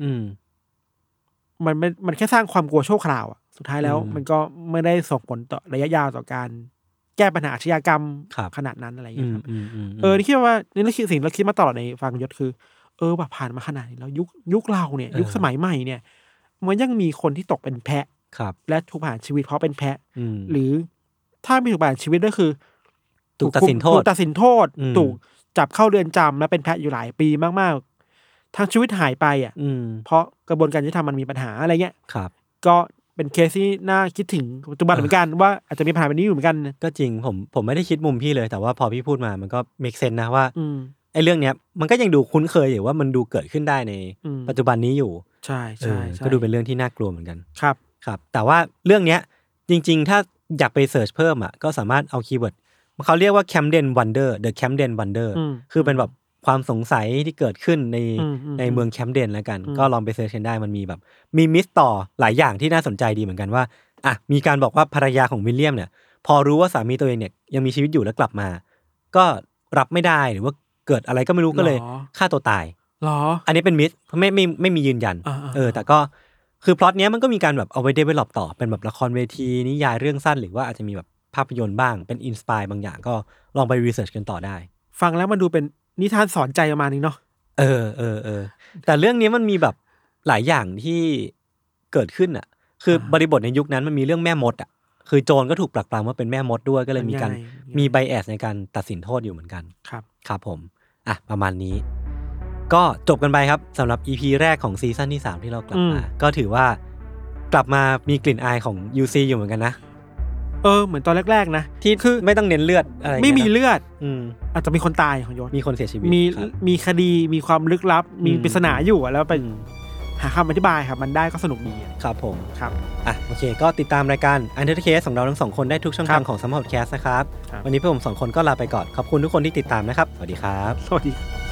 D: มันแค่สร้างความกลัวชั่วคราวสุดท้ายแล้วมันก็ไม่ได้ส่งผลต่อระยะยาวต่อการแก้ปัญหาอาชญากรรมขนาดนั้นอะไรอย่างเงี้ยครับนี่คิดว่านี่สิ่งเราคิดมาตลอดในฟังยศคือแบบผ่านมาขนาดนี้แล้วยุคเราเนี่ยยุคสมัยใหม่เนี่ยมันยังมีคนที่ตกเป็นแพะและถูกประหารชีวิตเพราะเป็นแพะหรือถ้าไม่ถูกประหารชีวิตก็คือ
C: ถูกตัดสินโทษ
D: ถูกจับเข้าเรือนจำแล้วเป็นแพะอยู่หลายปีมากๆทั้งชีวิตหายไปเพราะกระบวนการยุติธรรมมันมีปัญหาอะไรเงี้ยก็เป็นเคสที่น่าคิดถึงปัจจุบันเหมือนกันว่าอาจจะมีปัญหาแบบนี้อยู่เหมือนกัน
C: ก็จริงผมไม่ได้คิดมุมพี่เลยแต่ว่าพอพี่พูดมามันก็เมคเซนส์นะว่าไอ้เรื่องเนี้ยมันก็ยังดูคุ้นเคยอยู่ว่ามันดูเกิดขึ้นได้ในปัจจุบันนี้อยู่
D: ใช่
C: ก็ดูเป็นเรื่องที่น่ากลัวเหมือนกัน
D: ครับ
C: แต่ว่าเรื่องเนี้ยจริงๆถ้าอยากไปเสิร์ชเพิ่มก็สามารถเอาคีย์เวิร์ดเขาเรียกว่า Camden Wonder The Camden Wonder คือเป็นแบบความสงสัยที่เกิดขึ้นในเมืองแคมเดนแล้วกันก็ลองไปเสิร์ชกันได้มันมีแบบมีมิสต่อหลายอย่างที่น่าสนใจดีเหมือนกันว่ามีการบอกว่าภรรยาของวิลเลียมเนี่ยพอรู้ว่าสามีตัวเองเนี่ยยังมีชีวิตอยู่แล้วกลับมาก็รับไม่ได้หรือว่าเกิดอะไรก็ไม่รู้ก็เลยฆ่าตัวตายอันนี้เป็นมิสไม่มียืนยันแต่ก็คือพล็อตเนี้ยมันก็มีการแบบเอาไว้เดเวลลอปต่อเป็นแบบละครเวทีนิยายเรื่องสั้นหรือว่าอาจจะมีแบบภาพยนตร์บ้างเป็นอินสไปร์บางอย่างก็ลองไปรีเสิร์ชกันต่อได้
D: ฟังแล้วมันดูเป็นนิทานสอนใจประมาณนึงเนาะ
C: แต่เรื่องนี้มันมีแบบหลายอย่างที่เกิดขึ้นคือบริบทในยุคนั้นมันมีเรื่องแม่มดคือโจรก็ถูกปรักปรำว่าเป็นแม่มดด้วยก็เลยมีไบแอสในการตัดสินโทษอยู่เหมือนกันครับผมประมาณนี้ก็จบกันไปครับสำหรับ EP แรกของซีซั่นที่3ที่เรากลับมาก็ถือว่ากลับมามีกลิ่นอายของ UC อยู่เหมือนกันนะ
D: เหมือนตอนแรกๆนะ
C: ที่คือไม่ต้องเน้นเลือดอะไร
D: ไม่มีเลือดอาจจะมีคนตายของยศ
C: มีคนเสียชีวิต
D: มีคดีมีความลึกลับมีปริศนาอยู่แล้วไปหหาคำอธิบายครับมันได้ก็สนุกดี
C: ครับผม
D: ครับ
C: โอเคก็ติดตามรายการ Untitled Case ของเราทั้ง2คนได้ทุกช่องทางของ Salmon Podcast นะครับวันนี้พวกผม2คนก็ลาไปก่อนขอบคุณทุกคนที่ติดตามนะครับสวัสดีครับ
D: สวัสดี